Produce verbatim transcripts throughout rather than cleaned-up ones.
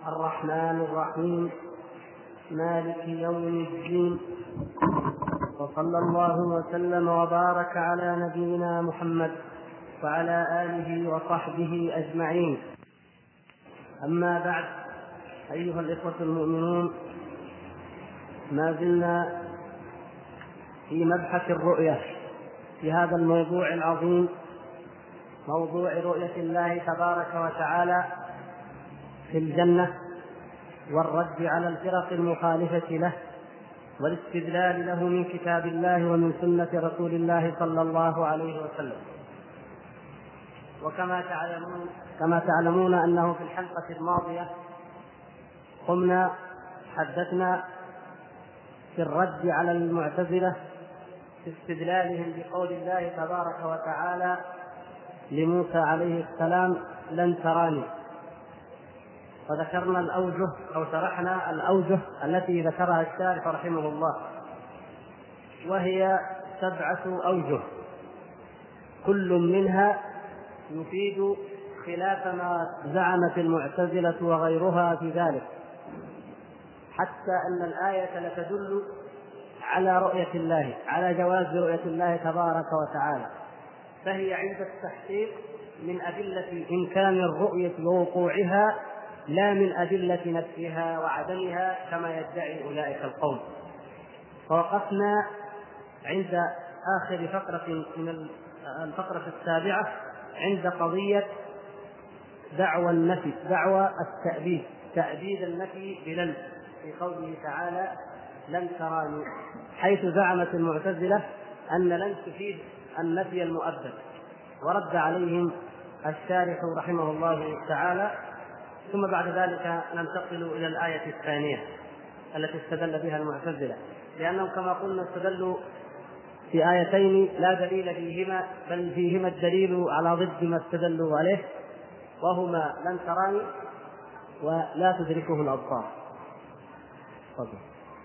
الرحمن الرحيم مالك يوم الدين، وصلى الله وسلم وبارك على نبينا محمد وعلى آله وصحبه أجمعين. أما بعد، أيها الإخوة المؤمنون، ما زلنا في مبحث الرؤية في هذا الموضوع العظيم، موضوع رؤية الله تبارك وتعالى في الجنة، والرد على الفرق المخالفة له، والاستدلال له من كتاب الله ومن سنة رسول الله صلى الله عليه وسلم. وكما تعلمون كما تعلمون أنه في الحلقة الماضية قمنا حدثنا في الرد على المعتزلة في استدلالهم بقول الله تبارك وتعالى لموسى عليه السلام: لن تراني. وذكرنا الأوجه أو شرحنا الأوجه التي ذكرها الشارح رحمه الله، وهي سبعة أوجه، كل منها يفيد خلاف ما زعمت المعتزلة وغيرها في ذلك، حتى أن الآية لتدل على رؤية الله، على جواز رؤية الله تبارك وتعالى، فهي عند التحقيق من أدلة إمكان الرؤية ووقوعها، لا من أدلة نفسها وعدمها كما يدعي أولئك القوم. فوقفنا عند آخر فقرة من الفقرة السابعة عند قضية دعوى النفي، دعوى التأبيد، تأبيد النفي بلن، في قوله تعالى: لن تراني، حيث زعمت المعتزلة أن لن تفيد النفي المؤبد. ورد عليهم الشارح رحمه الله تعالى. ثم بعد ذلك ننتقل إلى الآية الثانية التي استدل بها المعتزلة، لأنهم كما قلنا استدلوا في آيتين لا دليل فيهما، بل فيهما الدليل على ضد ما استدلوا عليه، وهما لن تراني ولا تدركه الأبصار. فضل.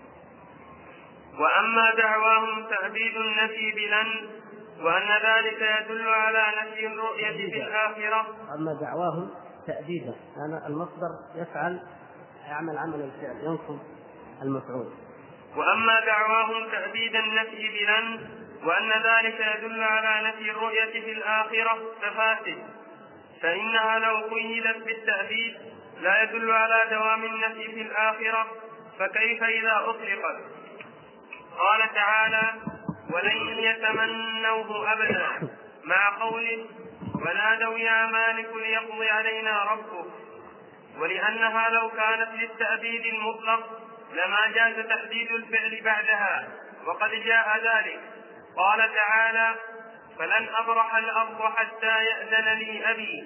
وأما دعواهم تأبيد النفي بلن، وأن ذلك يدل على نفي الرؤية في الآخرة. أما دعواهم تأبيدا، أنا المصدر يفعل يعمل عمل الفعل، ينصب المفعول. وأما دعواهم تأبيد النفي بلن، وأن ذلك يدل على نفي الرؤية في الآخرة ففاسد، فإنها لو قيدت بالتأبيد لا يدل على دوام النفي في الآخرة، فكيف إذا أطلقت؟ قال تعالى: ولن يتمنوه أبدا، مع قوله: ونادوا يا مالك ليقضي علينا ربك. ولأنها لو كانت للتأبيد المطلق لما جاز تحديد الفعل بعدها، وقد جاء ذلك. قال تعالى: فلن أبرح الأرض حتى يأذن لي أبي.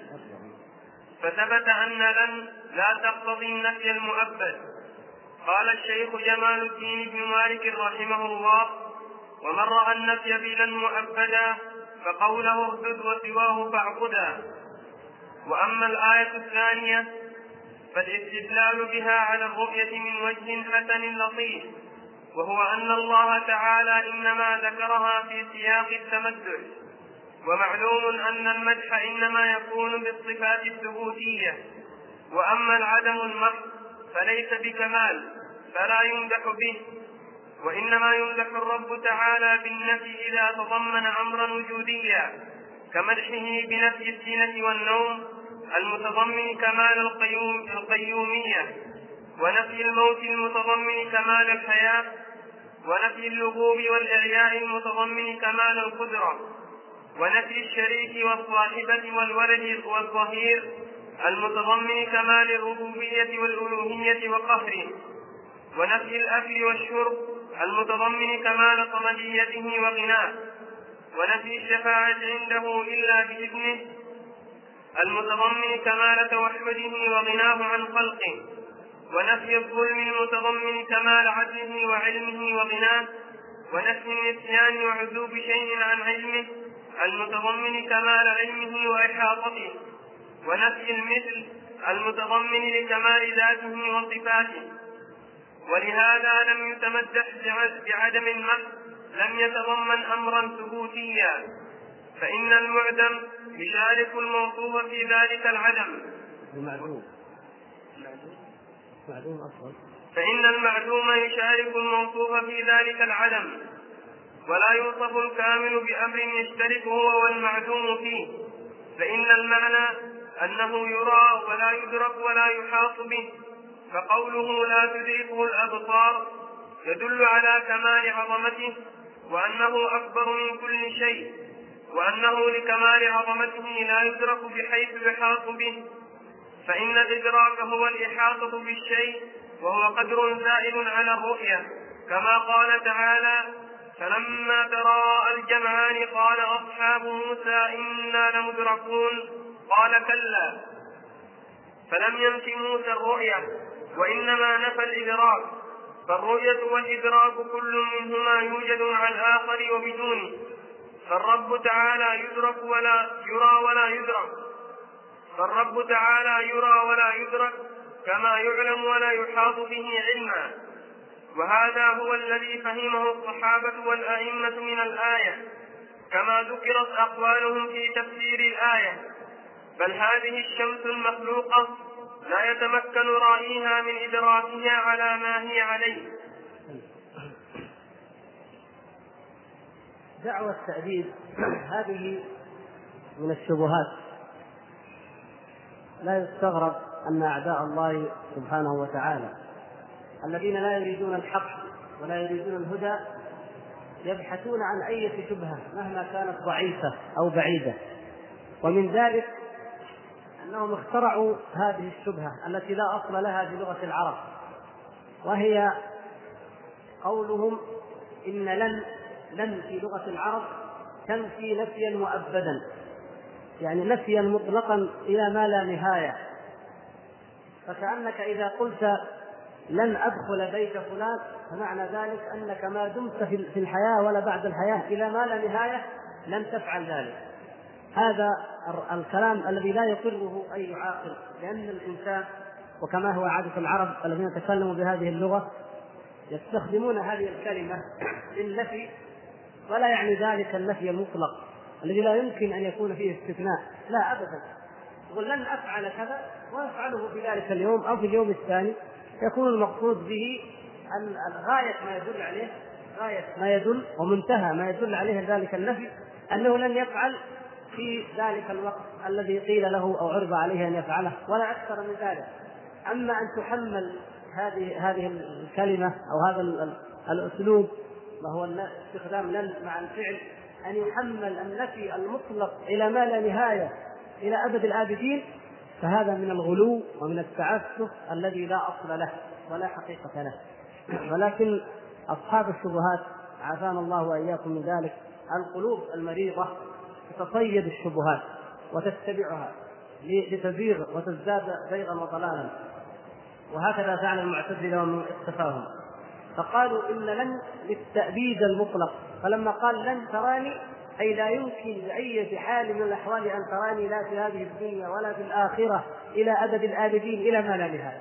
فثبت أن لن لا تقتضي النفي المؤبد. قال الشيخ جمال الدين بن مالك رحمه الله: ومن رأى النفي بلن مؤبدا فقوله اردد وسواه فاعبدا. وأما الآية الثانية فالاستدلال بها على الرؤية من وجه حسن لطيف، وهو أن الله تعالى إنما ذكرها في سياق التمدح، ومعلوم أن المدح إنما يكون بالصفات الثبوتية، وأما العدم المحض فليس بكمال فلا يمدح به، وإنما يمدح الرب تعالى بالنفي إذا تضمن أمرا وجوديا، كمدحه بنفي السنة والنوم المتضمن كمال القيوم القيومية، ونفي الموت المتضمن كمال الحياة، ونفي اللغوب والإعياء المتضمن كمال القدرة، ونفي الشريك والصاحبة والولد والظهير المتضمن كمال الربوبية والألوهية وقهره، ونفي الأكل والشرب المتضمن كمال صمديته وغناه، ونفي الشفاعة عنده إلا بإذنه المتضمن كمال توحده وغناه عن خلقه، ونفي الظلم المتضمن كمال عدله وعلمه وغناه، ونفي النسيان وعذوب شيء عن علمه المتضمن كمال علمه وإحاطته، ونفي المثل المتضمن لكمال ذاته وصفاته. ولهذا لم يتمدح بعدم المحض لم يتضمن أمرا ثبوتيا، فإن المعدم يشارك الموصوف في ذلك العدم. المعدوم معدوم أصلا. فإن المعدوم يشارك الموصوف في ذلك العدم، ولا يوصف الكامل بأمر يشترك هو والمعدوم فيه، فإن المعنى أنه يرى ولا يدرك ولا يحاط به، فقوله لا تدركه الأبصار يدل على كمال عظمته وأنه أكبر من كل شيء، وأنه لكمال عظمته لا يدرك بحيث يحاط به، فإن الإدراك هو الإحاطة بالشيء، وهو قدر زائد على الرؤية، كما قال تعالى: فلما تراءى الجمعان قال أصحاب موسى إنا لمدركون قال كلا، فلم ينف موسى الرؤية وإنما نفى الإدراك، فالرؤية والإدراك كل منهما يوجد مع الآخر وبدونه، فالرب تعالى يدرك ولا يرى ولا يدرك فالرب تعالى يرى ولا يدرك كما يعلم ولا يحاط به علما. وهذا هو الذي فهمه الصحابة والأئمة من الآية، كما ذكرت أقوالهم في تفسير الآية: بل هذه الشمس المخلوقة لا يتمكن رائيها من إدراكها على ما هي عليه. دعوى التأبيد هذه من الشبهات، لا يستغرب أن أعداء الله سبحانه وتعالى الذين لا يريدون الحق ولا يريدون الهدى يبحثون عن أي شبهة مهما كانت ضعيفة أو بعيدة، ومن ذلك أنهم اخترعوا هذه الشبهة التي لا أصل لها في لغة العرب، وهي قولهم إن لن لن في لغة العرب تنفي نفيا مؤبدا، يعني نفيا مطلقا إلى ما لا نهاية. فكأنك إذا قلت لن أدخل بيت فلان فمعنى ذلك أنك ما دمت في الحياة ولا بعد الحياة إلى ما لا نهاية لن تفعل ذلك. هذا الكلام الذي لا يقره أي عاقل، لأن الإنسان وكما هو عادة العرب الذين تكلموا بهذه اللغة يستخدمون هذه الكلمة للنفي، ولا يعني ذلك النفي المطلق الذي لا يمكن أن يكون فيه استثناء، لا أبدا. يقول لن أفعل كذا وأفعله في ذلك اليوم أو في اليوم الثاني، يكون المقصود به أن غاية ما يدل عليه غاية ما يدل ومنتهى ما يدل عليه ذلك النفي أنه لن يفعل في ذلك الوقت الذي قيل له أو عرض عليه أن يفعله، ولا أكثر من ذلك. أما أن تحمل هذه هذه الكلمة أو هذا الأسلوب وهو استخدام لن مع الفعل، أن يحمل النفي المطلق إلى ما لا نهاية إلى أبد الآبدين، فهذا من الغلو ومن التعسف الذي لا أصل له ولا حقيقة له. ولكن أصحاب الشبهات عافانا الله وإياكم من ذلك، القلوب المريضة تتصيد الشبهات وتتبعها لتزيغ وتزداد زيغا وضلالا، وهكذا فعل المعتزلة ومن اختفاهم، فقالوا إن لن للتأبيد المطلق، فلما قال لن تراني أي لا يمكن بأي حال من الأحوال أن تراني لا في هذه الدنيا ولا في الآخرة إلى أبد الآبدين إلى ما لا نهاية.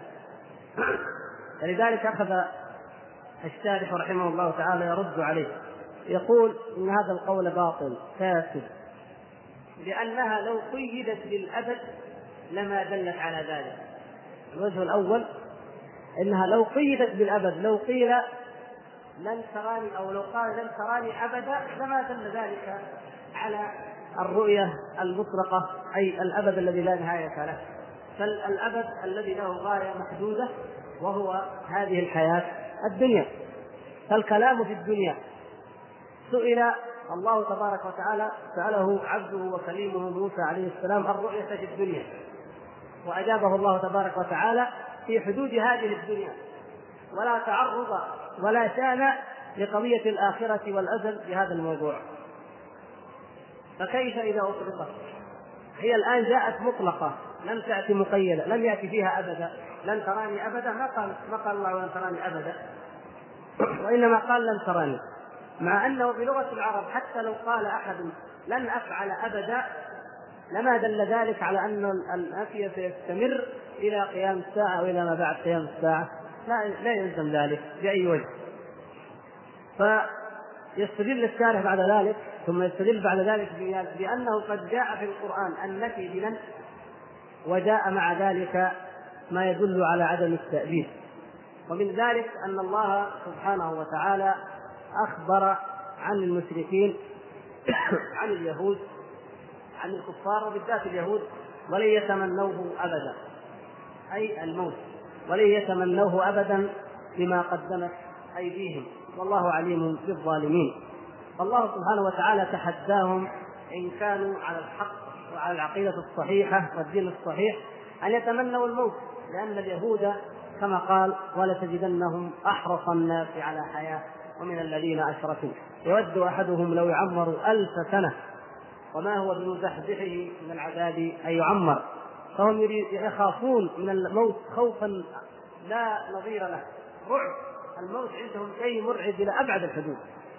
لذلك أخذ الشارح رحمه الله تعالى يرد عليه، يقول إن هذا القول باطل فاسد، لأنها لو قيدت للأبد لما دلت على ذلك. الوجه الأول إنها لو قيدت بالأبد، لو قيل لن تراني أو لو قال لن تراني أبدا لما دل ذلك على الرؤية المطلقة، أي الأبد الذي لا نهاية له، فالأبد الذي له غاية محدودة وهو هذه الحياة الدنيا. فالكلام في الدنيا سئل الله تبارك وتعالى سأله عبده وكليمه موسى عليه السلام الرؤية في الدنيا، وأجابه الله تبارك وتعالى في حدود هذه الدنيا، ولا تعرض ولا شان لقضية الآخرة والأزل بهذا الموضوع. فكيف إذا أطلقت؟ هي الآن جاءت مطلقة، لم تأتي مقيدة، لم يأتي فيها أبدا لن تراني أبدا، ما قال ما قال الله لن تراني أبدا، وإنما قال لن تراني، مع أنه بلغة العرب حتى لو قال أحد لن أفعل أبدا لما دل ذلك على أن النفي سيستمر إلى قيام الساعة أو إلى ما بعد قيام الساعة، لا, لا يلزم ذلك بأي وجه. فيستدل الشارح بعد ذلك ثم يستدل بعد ذلك بأنه قد جاء في القرآن النفي بلن، وجاء مع ذلك ما يدل على عدم التأبيد. ومن ذلك أن الله سبحانه وتعالى أخبر عن المشركين عن اليهود عن الكفار وبالذات اليهود ولن يتمنوه أبدا، أي الموت، ولن يتمنوه أبدا بما قدمت أيديهم والله عليم بالظالمين. فالله سبحانه وتعالى تحداهم إن كانوا على الحق وعلى العقيدة الصحيحة والدين الصحيح أن يتمنوا الموت، لأن اليهود كما قال ولتجدنهم أحرص الناس على حياة ومن الذين أشركوا يود أحدهم لو يعمر ألف سنة وما هو بمزحزحه من العذاب أن يعمر. فهم يخافون من الموت خوفا لا نظير له، رعب الموت عندهم شيء مرعب إلى أبعد الحدود.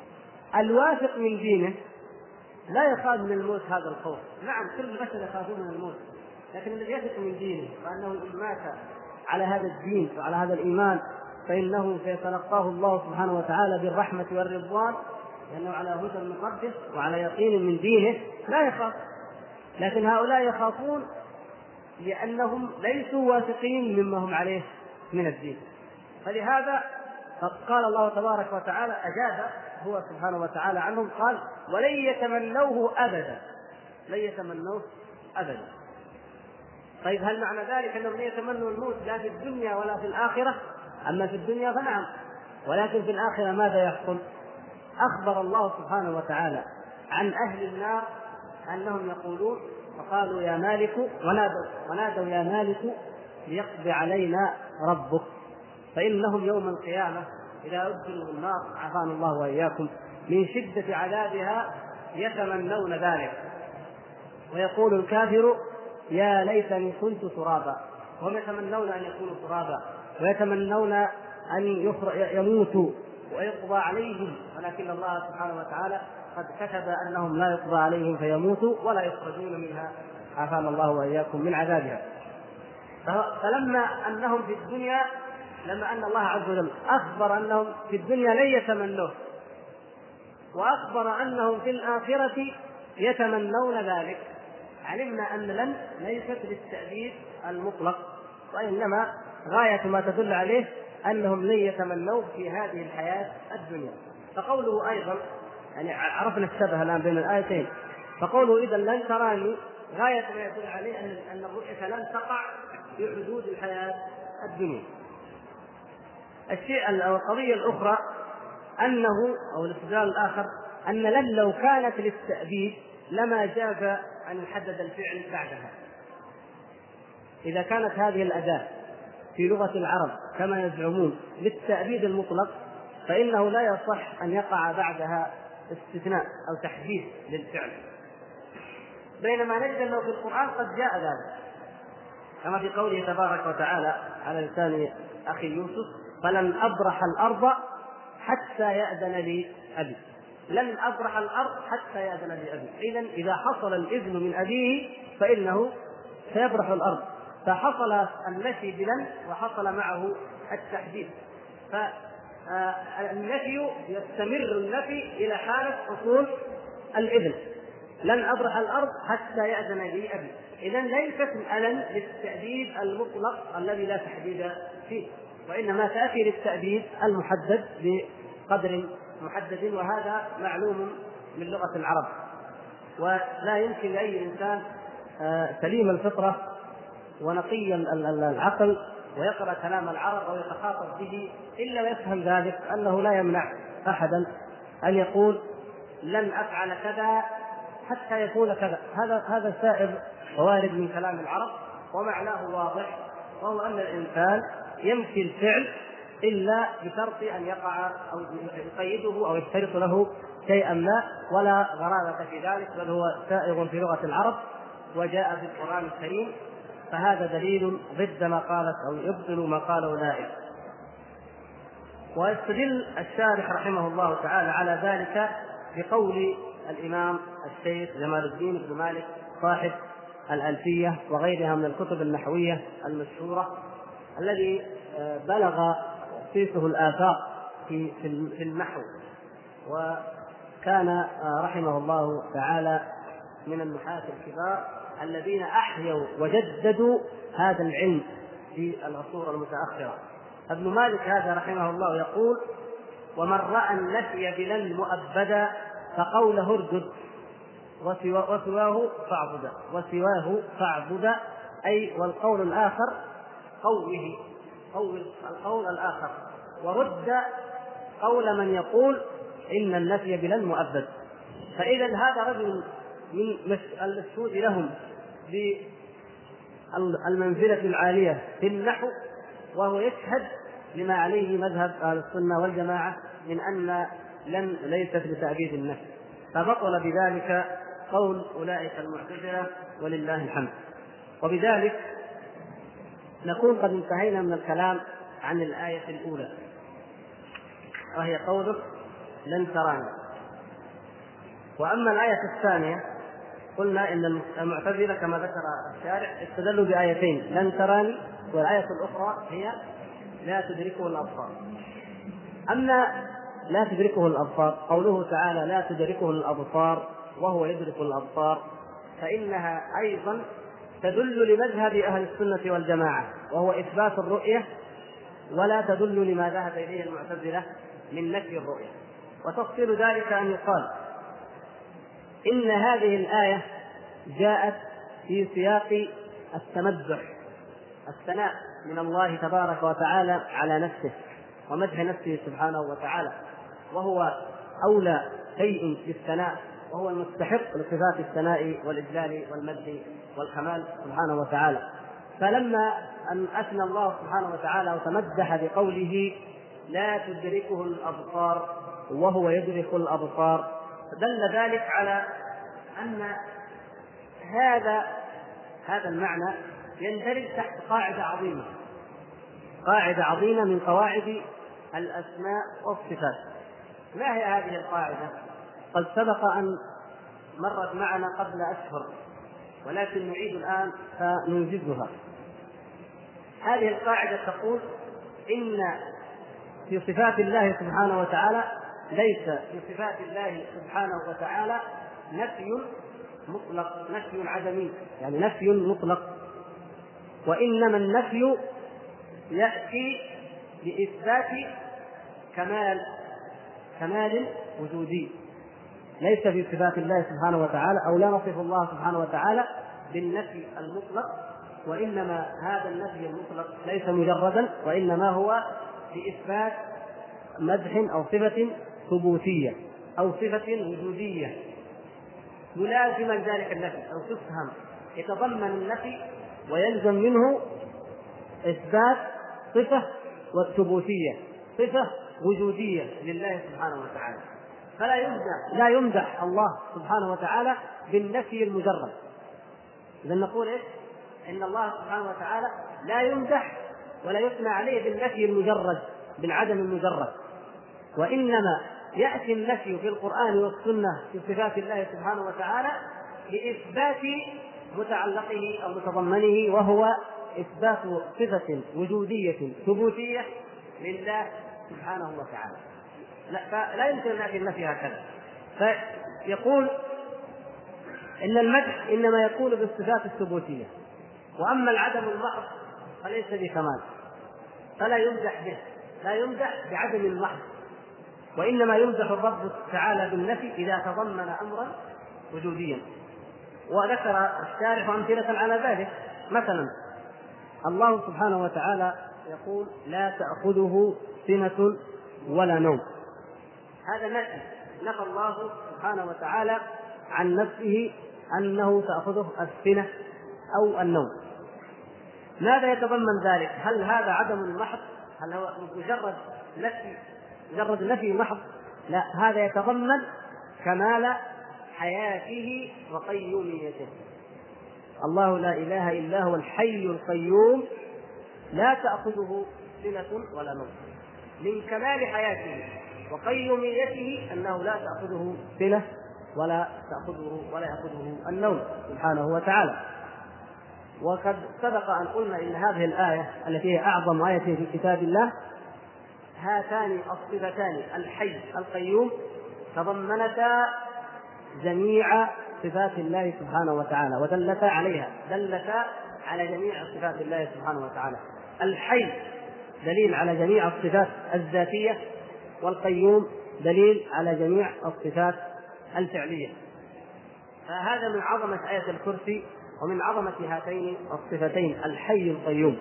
الواثق من دينه لا يخاف من الموت هذا الخوف، نعم كل البشر يخافون من الموت، لكن الذي يثق من دينه وأنه إن مات على هذا الدين وعلى هذا الإيمان فإنه سيتلقاه الله سبحانه وتعالى بالرحمة والرضوان، لأنه على هدى من ربه وعلى يقين من دينه لا يخاف. لكن هؤلاء يخافون لأنهم ليسوا واثقين مما هم عليه من الدين. فلهذا قال الله تبارك وتعالى أجاب هو سبحانه وتعالى عنهم، قال ولن يتمنوه أبدا، لن يتمنوه أبدا. طيب هل معنى ذلك أنهم لن يتمنوا الموت لا في الدنيا ولا في الآخرة؟ أما في الدنيا فنعم، ولكن في الآخرة ماذا يحصل؟ أخبر الله سبحانه وتعالى عن أهل النار أنهم يقولون فقالوا يا مالك ونادوا, ونادوا يا مالك ليقضي علينا ربك، فإنهم يوم القيامة إذا أدخلوا النار عافانا الله وإياكم من شدة عذابها يتمنون ذلك، ويقول الكافر يا ليتني كنت ترابا، وهم يتمنون أن يكونوا ترابا ويتمنون أن يموتوا ويقضى عليهم، ولكن الله سبحانه وتعالى قد كتب أنهم لا يقضى عليهم فيموتوا ولا يخرجون منها عافانا الله وإياكم من عذابها. فلما أنهم في الدنيا، لما أن الله عز وجل أخبر أنهم في الدنيا لن يتمنوه، وأخبر أنهم في الآخرة يتمنون ذلك، علمنا أن لن ليست للتأبيد المطلق، وإنما غاية ما تدل عليه أنهم لن يتمنوا في هذه الحياة الدنيا. فقوله أيضا يعني عرفنا الشبه الآن بين الآيتين، فقوله إذا لن تراني غاية ما يدل عليه أن الرؤية لن تقع في حدود الحياة الدنيا. الشيء أو القضية الأخرى أنه أو الاستدلال الآخر أن لن لو كانت للتأبيد لما جاز أن يحدد الفعل بعدها. إذا كانت هذه الأداة في لغة العرب كما يزعمون للتأبيد المطلق فإنه لا يصح أن يقع بعدها استثناء أو تحديد للفعل، بينما نجد أنه في القرآن قد جاء ذلك، كما في قوله تبارك وتعالى على لسان أخي يوسف فلن أبرح الأرض حتى يأذن لي أبي، لن أبرح الأرض حتى يأذن لي أبي. إذن إذا حصل الإذن من أبيه فإنه سيبرح الأرض، فحصل النفي بلن وحصل معه التحديد، فالنفي يستمر النفي إلى حالة حصول الإذن، لن أبرح الأرض حتى يأذن لي أبي. إذن ليست الألن للتأبيد المطلق الذي لا تحديد فيه، وإنما تأتي للتأبيد المحدد بقدر محدد، وهذا معلوم من لغة العرب، ولا يمكن لأي إنسان سليم الفطرة ونقي العقل ويقرأ كلام العرب أو يتخاطب به إلا ويفهم ذلك أنه لا يمنع أحدا أن يقول لن أفعل كذا حتى يكون كذا. هذا هذا سائر ووارد من كلام العرب، ومعناه واضح، وهو أن الإنسان يمشي الفعل إلا بشرط أن يقع أو يقيده أو يشترط له شيئا ما، ولا غرابة في ذلك، بل هو سائغ في لغة العرب وجاء في القرآن الكريم، فهذا دليل ضد ما قالت أو يبطل ما قاله أولئك. ويستدل الشارح رحمه الله تعالى على ذلك بقول الإمام الشيخ جمال الدين بن مالك صاحب الألفية وغيرها من الكتب النحوية المشهورة، الذي بلغ صيته الآفاق في في النحو، وكان رحمه الله تعالى من النحاة الكبار الذين أحيوا وجددوا هذا العلم في العصور المتأخرة. ابن مالك هذا رحمه الله يقول: ومن رأى النفي بلا مؤبدا فقوله اردد وسواه فاعبد وسواه فاعبد، أي والقول الآخر قوله قول القول الآخر، ورد قول من يقول إن النفي بلا مؤبد. فإذا هذا رجل من المشهود لهم بالمنزلة العالية في النحو، وهو يشهد لما عليه مذهب أهل السنة والجماعة من أن لن ليست بتأبيد النفي، فبطل بذلك قول أولئك المعتزلة ولله الحمد. وبذلك نكون قد انتهينا من الكلام عن الآية الأولى، وهي قوله لن تراني. وأما الآية الثانية قلنا إن المعتزلة كما ذكر الشارع استدلوا بآيتين: لن تراني، والآية الأخرى هي لا تدركه الأبصار. أما لا تدركه الأبصار، قوله تعالى لا تدركه الأبصار وهو يدرك الأبصار، فإنها أيضا تدل لمذهب أهل السنة والجماعة، وهو إثبات الرؤية، ولا تدل لما ذهب إليه المعتزلة من نفي الرؤية. وتفصيل ذلك أن يقال إن هذه الآية جاءت في سياق التمدح، الثناء من الله تبارك وتعالى على نفسه ومدح نفسه سبحانه وتعالى، وهو أولى شيء بالثناء، وهو المستحق لصفات الثناء والإجلال والمدح والكمال سبحانه وتعالى. فلما أن أثنى الله سبحانه وتعالى وتمدح بقوله لا تدركه الأبصار وهو يدرك الأبصار، دل ذلك على أن هذا هذا المعنى يندرج تحت قاعدة عظيمة، قاعدة عظيمة من قواعد الأسماء والصفات. ما هي هذه القاعدة؟ قد سبق أن مرت معنا قبل أشهر، ولكن نعيد الآن فننجزها. هذه القاعدة تقول إن في صفات الله سبحانه وتعالى ليس في صفات الله سبحانه وتعالى نفي مطلق، نفي عدمي، يعني نفي مطلق، وإنما النفي يأتي بإثبات كمال كمال وجودي. ليس في صفات الله سبحانه وتعالى، أو لا نصف الله سبحانه وتعالى بالنفي المطلق، وإنما هذا النفي المطلق ليس مجردا، وإنما هو بإثبات مدح أو صفة ثبوتية أو صفة وجودية ملازما ذلك النفي، أو تفهم يتضمن النفي ويلزم منه إثبات صفة والثبوتية، صفة وجودية لله سبحانه وتعالى. فلا يمدح لا يمدح الله سبحانه وتعالى بالنفي المجرد. إذا نقول إيش؟ إن الله سبحانه وتعالى لا يمدح ولا يثنى عليه بالنفي المجرد، بالعدم المجرد، وإنما يأتي النفي في القرآن والسنة في صفات الله سبحانه وتعالى لإثبات متعلقه أو متضمنه، وهو إثبات صفة وجودية ثبوتية لله سبحانه وتعالى. لا, فلا يمكن أن يأتي النفي هكذا. فيقول إن المدح إنما يكون بالصفات الثبوتية، وأما العدم المحض فليس بكمال، فلا يمدح به، لا يمدح بعدم المحض، وإنما يمدح الرب تعالى بالنفي إذا تضمن أمرا وجوديا. وذكر الشارح أمثلة على ذلك. مثلا الله سبحانه وتعالى يقول لا تأخذه سنة ولا نوم، هذا نفي، نفى الله سبحانه وتعالى عن نفسه أنه تأخذه السنة أو النوم. ماذا يتضمن ذلك؟ هل هذا عدم محض؟ هل هو مجرد نفي مجرد نفي محض؟ لا، هذا يتضمن كمال حياته وقيوميته. الله لا إله إلا هو الحي القيوم لا تأخذه سنة ولا نوم. من كمال حياته وقيوميته أنه لا تأخذه سنة ولا تأخذه ولا يأخذه النوم سبحانه وتعالى. وقد سبق أن قلنا إن هذه الآية التي هي أعظم آية في كتاب الله، هاتان الصفتان الحي القيوم تضمنتا جميع صفات الله سبحانه وتعالى، ودلتا عليها، دلتا على جميع صفات الله سبحانه وتعالى. الحي دليل على جميع الصفات الذاتية، والقيوم دليل على جميع الصفات الفعلية. فهذا من عظمة آية الكرسي ومن عظمة هاتين الصفتين الحي القيوم.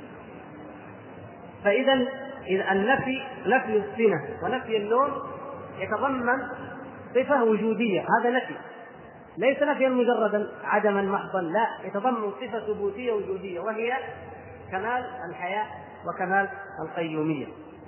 فإذا إذا النفي نفي السنة ونفي اللون يتضمن صفة وجودية، هذا نفي ليس نفيا مجردا عدما محضا، لا، يتضمن صفة ثبوتية وجودية وهي كمال الحياة وكمال القيومية.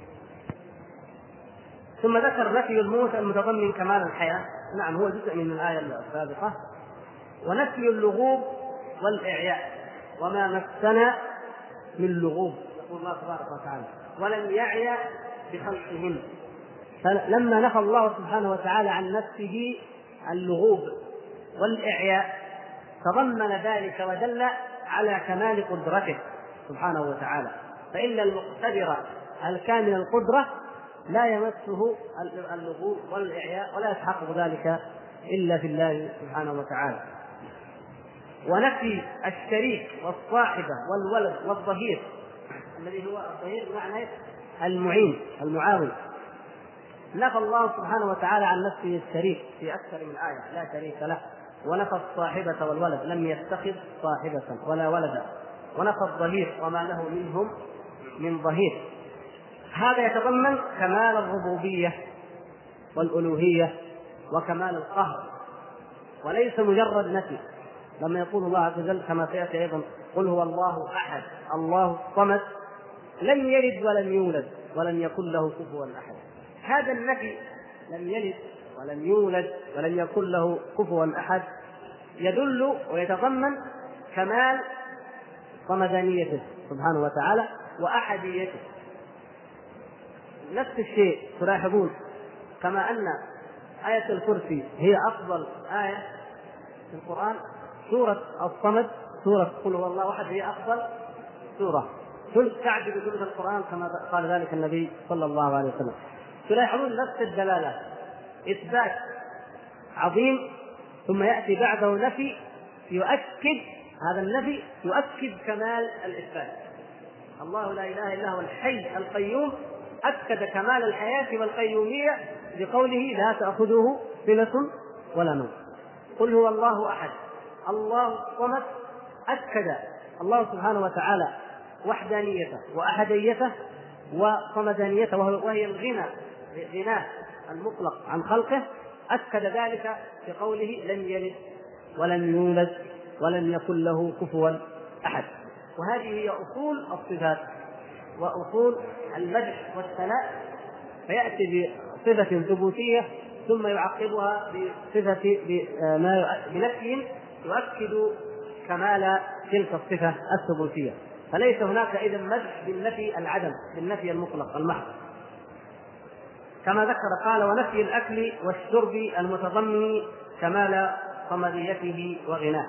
ثم ذكر نفي الموت المتضمن كمال الحياة، نعم هو جزء من الآية السابقة. ونفي اللغوب والإعياء، وما مسنا من لغوب، يقول الله تبارك وتعالى ولم يعي بخلقهن. فلما نفى الله سبحانه وتعالى عن نفسه اللغوب والإعياء تضمن ذلك ودل على كمال قدرته سبحانه وتعالى، فإن المقتدر الكامل القدرة لا يمسه اللغوب والإعياء ولا يتحقق ذلك إلا في الله سبحانه وتعالى. ونفي الشريك والصاحبة والولد والظهير، الذي هو الظهير بمعنى المعين المعاون. نفى الله سبحانه وتعالى عن نفسه الشريك في أكثر من آية، لا شريك له. ونفى الصاحبة والولد، لم يتخذ صاحبة ولا ولدا. ونفى الظهير وما له منهم من ظهير. هذا يتضمن كمال الربوبية والألوهية وكمال القهر، وليس مجرد نفي. لما يقول الله عز وجل كما سيأتي أيضا قل هو الله أحد الله الصمد لم يلد ولم يولد ولم يكن له كفوا أحد، هذا النفي لم يلد ولم يولد ولم يكن له كفوا أحد يدل ويتضمن كمال صمدانيته سبحانه وتعالى وأحديته. نفس الشيء تلاحظون كما أن آية الكرسي هي أفضل آية في القرآن، سورة الصمد سورة قل هو الله أحد هي أفضل سورة تعدد ثلث القرآن كما قال ذلك النبي صلى الله عليه وسلم. تلاحظون نفس الدلالة، إثبات عظيم ثم يأتي بعده نفي يؤكد هذا النفي، يؤكد كمال الإثبات. الله لا إله إلا هو الحي القيوم، أكد كمال الحياة والقيومية بقوله لا تأخذه سنة ولا نوم. قل هو الله أحد الله الصمد، أكد الله سبحانه وتعالى وحدانيته وأحديته وصمدانيته وهي الغنى غناه المطلق عن خلقه، أكد ذلك بقوله لم يلد ولم يولد ولم يكن له كفوا أحد. وهذه هي أصول الصفات وأصول المدح والثناء، فيأتي بصفة ثبوتية ثم يعقبها بصفة بنفي يؤكد كمال تلك الصفة الثبوتية. فليس هناك إذن مدح بالنفي العدم، بالنفي المطلق المحض. كما ذكر قال ونفي الأكل والشرب المتضمن كمال صمديته وغناه.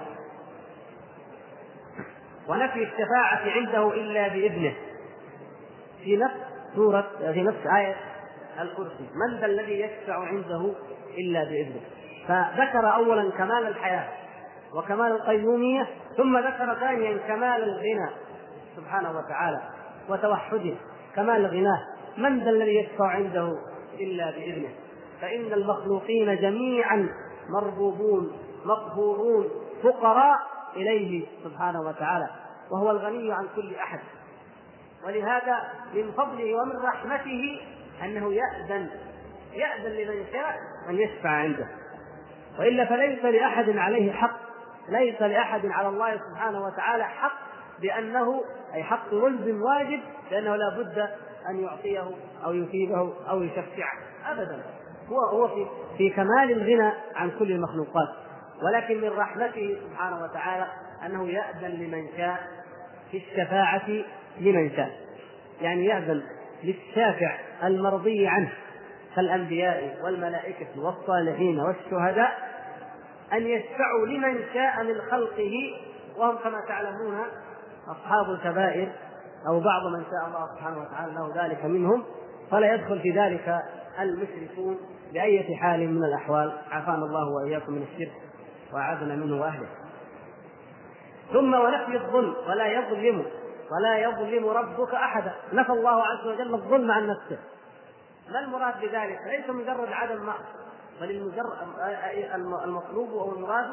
ونفي الشفاعة عنده إلا بإذنه في نفس سورة في نفس آية الكرسي، من ذا الذي يشفع عنده إلا بإذنه. فذكر أولا كمال الحياة وكمال القيومية، ثم ذكر ثانيا كمال الغنى سبحانه وتعالى وتوحده، كمال غناه. من ذا الذي يشفع عنده إلا بإذنه، فإن المخلوقين جميعا مربوبون مقهورون فقراء إليه سبحانه وتعالى، وهو الغني عن كل أحد. ولهذا من فضله ومن رحمته أنه يأذن يأذن لمن شاء أن يشفع عنده، وإلا فليس لأحد عليه حق، ليس لأحد على الله سبحانه وتعالى حق بأنه أي حق ملزم واجب لأنه لا بد أن يعطيه أو يثيبه أو يشفعه أبدا. هو هو في, في كمال الغنى عن كل المخلوقات، ولكن من رحمته سبحانه وتعالى أنه يأذن لمن شاء في الشفاعة لمن شاء، يعني يأذن للشافع المرضي عنه كالأنبياء والملائكة والصالحين والشهداء أن يشفعوا لمن شاء من خلقه، وهم كما تعلمون أصحاب الكبائر أو بعض من شاء الله سبحانه وتعالى له ذلك منهم، فلا يدخل في ذلك المشركون بأي حال من الأحوال، عافانا الله وإياكم من الشرك وأعاذنا منه وأهله. ثم ونفي الظلم ولا يظلم ولا يظلم ربك أحدا. نفى الله عز وجل الظلم عن نفسه. ما المراد بذلك؟ ليس مجرد عدم معصية، بل المطلوب أو المراد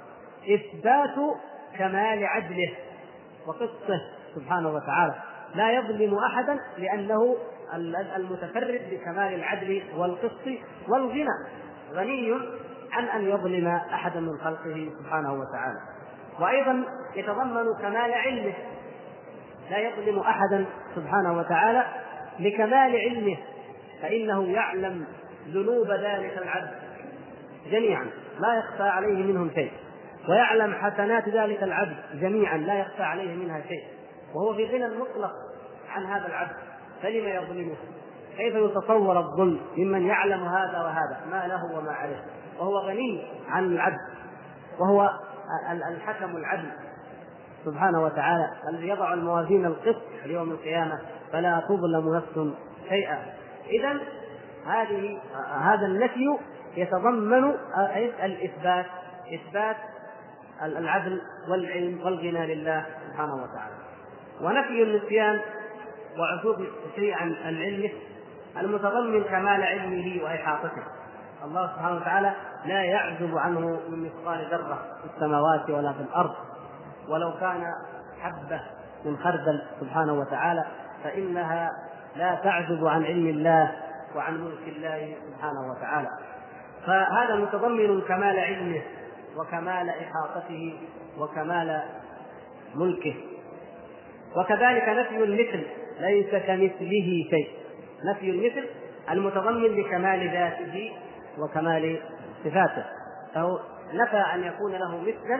إثبات كمال عدله وقسطه سبحانه وتعالى. لا يظلم أحدا لأنه المتفرد بكمال العدل والقسط والغنى، غني عن أن يظلم أحدا من خلقه سبحانه وتعالى. وأيضا يتضمن كمال علمه، لا يظلم أحدا سبحانه وتعالى لكمال علمه، فإنه يعلم ذنوب ذلك العبد جميعا لا يخفى عليه منهم شيء، ويعلم حسنات ذلك العبد جميعا لا يخفى عليه منها شيء، وهو في غنى مطلق عن هذا العبد، فلما يظلمه؟ كيف يتصور الظلم ممن يعلم هذا وهذا ما له وما عليه، وهو غني عن العبد، وهو الحكم العدل سبحانه وتعالى الذي يضع الموازين القسط ليوم القيامة فلا تظلم نفس شيئا. إذن هذه هذا النفي يتضمن الإثبات، إثبات العدل والعلم والغنى لله سبحانه وتعالى. ونفي النسيان وعزوب شيء عن العلم المتضمن كمال علمه وإحاطته. الله سبحانه وتعالى لا يعزب عنه من مثقال ذرة في السماوات ولا في الأرض، ولو كان حبة من خردل سبحانه وتعالى فإنها لا تعزب عن علم الله وعن ملك الله سبحانه وتعالى. فهذا متضمن كمال علمه وكمال إحاطته وكمال ملكه. وكذلك نفي المثل، ليس كمثله شيء، نفي المثل المتضمن لكمال ذاته وكمال صفاته، فهو نفى أن يكون له مثلا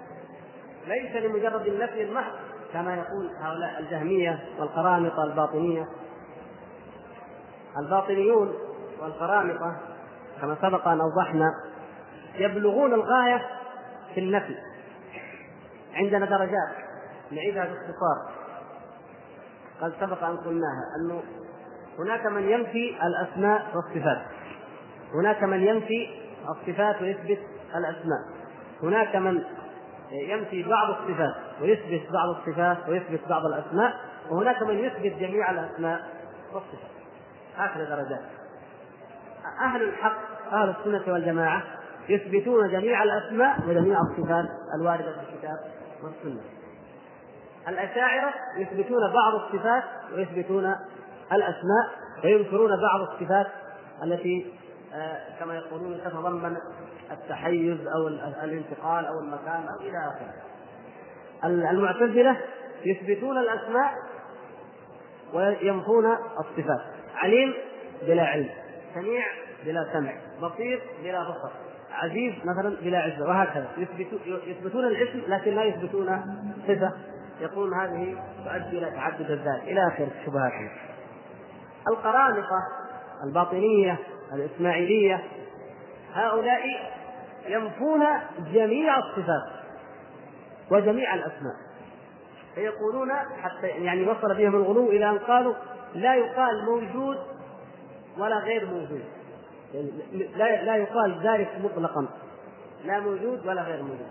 ليس لمجرد النفي المحض كما يقول هؤلاء الجهمية والقرامطة الباطنية. الباطنيون والقرامطة كما سبق أن أوضحنا يبلغون الغاية في النفي. عندنا درجات نعيدها باختصار، قد سبق أن قلناها، أنه هناك من ينفي الأسماء والصفات، هناك من ينفي الصفات ويثبت الأسماء، هناك من ينفي بعض الصفات ويثبت بعض الصفات ويثبت بعض الأسماء، وهناك من يثبت جميع الأسماء والصفات. هكذا درجات. أهل الحق أهل السنة والجماعة يثبتون جميع الأسماء وجميع الصفات الواردة في الكتاب والسنة. الأشاعرة يثبتون بعض الصفات ويثبتون الأسماء وينكرون بعض الصفات التي كما يقولون تتضمن التحيز أو الانتقال أو المكان أو إلى آخره. المعتزلة يثبتون الأسماء وينفون الصفات، عليم بلا علم، سميع بلا سمع، بصير بلا بصر، عزيز مثلا بلا عزة، وهكذا. يثبتون الاسم لكن لا يثبتون صفة، يقولون هذه تؤدي إلى تعدد الذات إلى آخر الشبهات. القرامطة الباطنية الإسماعيلية هؤلاء ينفون جميع الصفات وجميع الأسماء، فيقولون حتى يعني وصل بهم الغلو إلى أن قالوا لا يقال موجود ولا غير موجود، لا لا يقال ذلك مطلقا، لا موجود ولا غير موجود.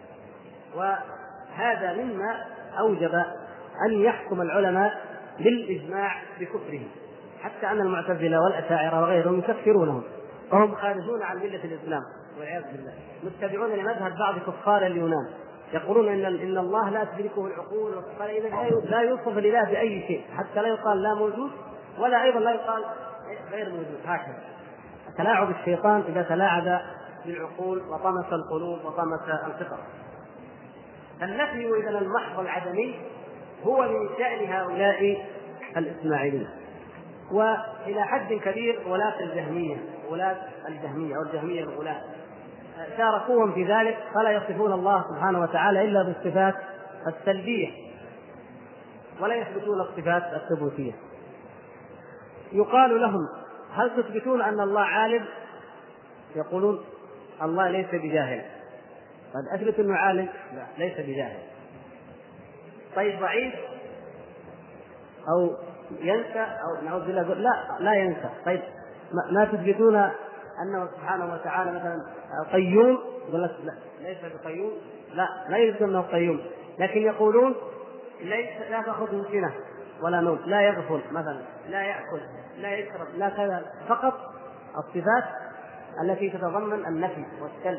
وهذا مما أوجب أن يحكم العلماء بالإجماع بكفره، حتى أن المعتزلة والأشاعرة وغيرهم يكفرونهم وهم خارجون عن ملة الإسلام والعياذ بالله، متبعون لمذهب بعض كفار اليونان، يقولون إن إن الله لا تدركه العقول، وقال إذا لا يوصف لله بأي شيء، حتى لا يقال لا موجود ولا أيضا لا يقال غير موجود. هكذا تلاعب الشيطان إذا تلاعب بالعقول وطمس القلوب وطمس الفطر. النفي إذن المحض العدمي هو من شأن هؤلاء الإسماعيليين، وإلى حد كبير ولاة الجهمية ولاة الجهمية أو الجهمية الغلاة شاركوهم في ذلك، فلا يصفون الله سبحانه وتعالى إلا بالصفات السلبية ولا يثبتون الصفات الثبوتية. يقال لهم هل تثبتون أن الله عالم؟ يقولون الله ليس بجاهل. قد أثبت أنه عالم؟ لا، ليس بجاهل. طيب ضعيف أو ينسى أو نعوذ بالله؟ لا لا ينسى. طيب ما تثبتون أنه سبحانه وتعالى مثلا قيوم؟ يقول لك لا ليس بقيوم، لا لا يثبتون أنه قيوم، لكن يقولون ليس لا تأخذه سنة ولا نوم، لا يغفل مثلا، لا يأكل، لا يشرب، لا كذا، فقط الصفات التي تتضمن النفي والسلب.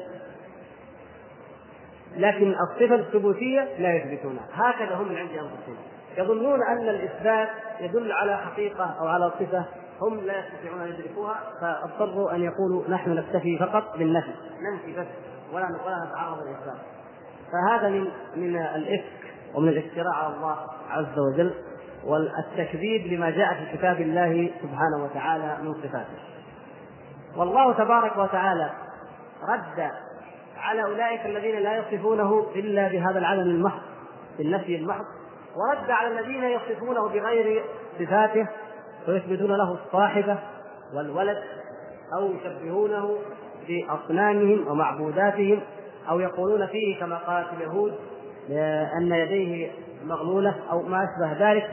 لكن الصفة الثبوتية لا يثبتونها، هكذا هم من عند أنفسهم، يظنون أن الإثبات يدل على حقيقة أو على صفة هم لا يستطيعون أن يدركوها، فاضطروا أن يقولوا نحن نكتفي فقط بالنفي، ننفي بس ولا ولا نتعرض للإثبات. فهذا من من الإفك ومن الافتراء على الله عز وجل والتكذيب لما جاء في كتاب الله سبحانه وتعالى من صفاته. والله تبارك وتعالى رد على أولئك الذين لا يصفونه إلا بهذا العدم المحض، بالنفي المحض، ورد على الذين يصفونه بغير صفاته ويثبتون له الصاحبة والولد أو يشبهونه بأصنامهم ومعبوداتهم أو يقولون فيه كما قالت اليهود أن يديه مغلولة أو ما أشبه ذلك.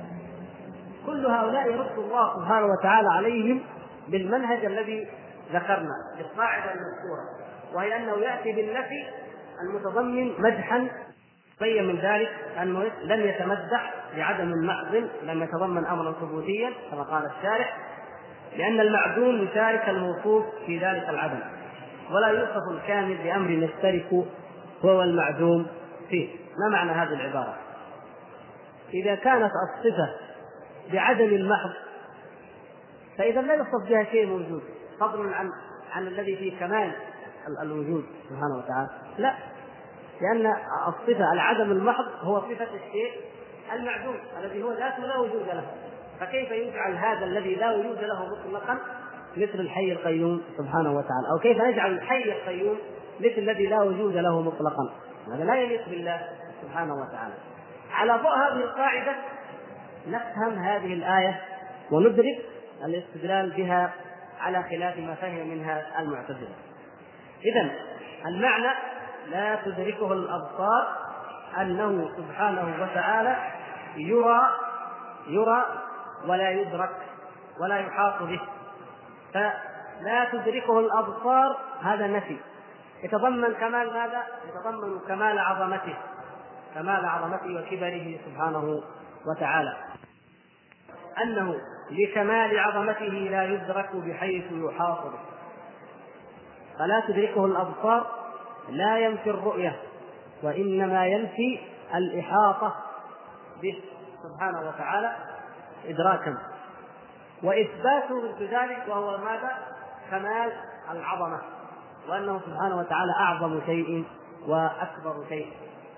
كل هؤلاء يرد الله سبحانه وتعالى عليهم بالمنهج الذي ذكرنا، بالقاعدة المذكورة، وهي أنه يأتي بالنفي المتضمن مدحا، بين من ذلك أنه لم يتمدح بعدم المعدوم، لم يتضمن أمرا ثبوتيا كما قال الشارح، لأن المعدوم يشارك الموصوف في ذلك العدم، ولا يوصف الكامل بأمر يشترك هو المعدوم فيه. ما معنى هذه العبارة؟ إذا كانت الصفة بعدم المحض فإذا لا يوصف بها شيء موجود فضلا عن عن الذي فيه كمال الوجود سبحانه وتعالى، لا، لأن الصفة العدم المحض هو صفة الشيء المعدوم الذي هو ذاته لا وجود له، فكيف يجعل هذا الذي لا وجود له مطلقا مثل الحي القيوم سبحانه وتعالى، أو كيف نجعل الحي القيوم مثل الذي لا وجود له مطلقا؟ هذا لا يليق بالله سبحانه وتعالى. على ضوء هذه القاعدة نفهم هذه الآية وندرك الاستدلال بها على خلاف ما فهم منها المعتزلة. إذن المعنى لا تدركه الأبصار أنه سبحانه وتعالى يرى يرى ولا يدرك ولا يحاط به، فلا تدركه الأبصار هذا نفي يتضمن كمال ماذا؟ يتضمن كمال عظمته، كمال عظمته وكبره سبحانه وتعالى، أنه لكمال عظمته لا يدرك بحيث يحاط به. فلا تدركه الأبصار لا ينفي الرؤية، وإنما ينفي الإحاطة به سبحانه وتعالى إدراكا، وإثباته بذلك وهو ماذا؟ كمال العظمة، وأنه سبحانه وتعالى أعظم شيء وأكبر شيء.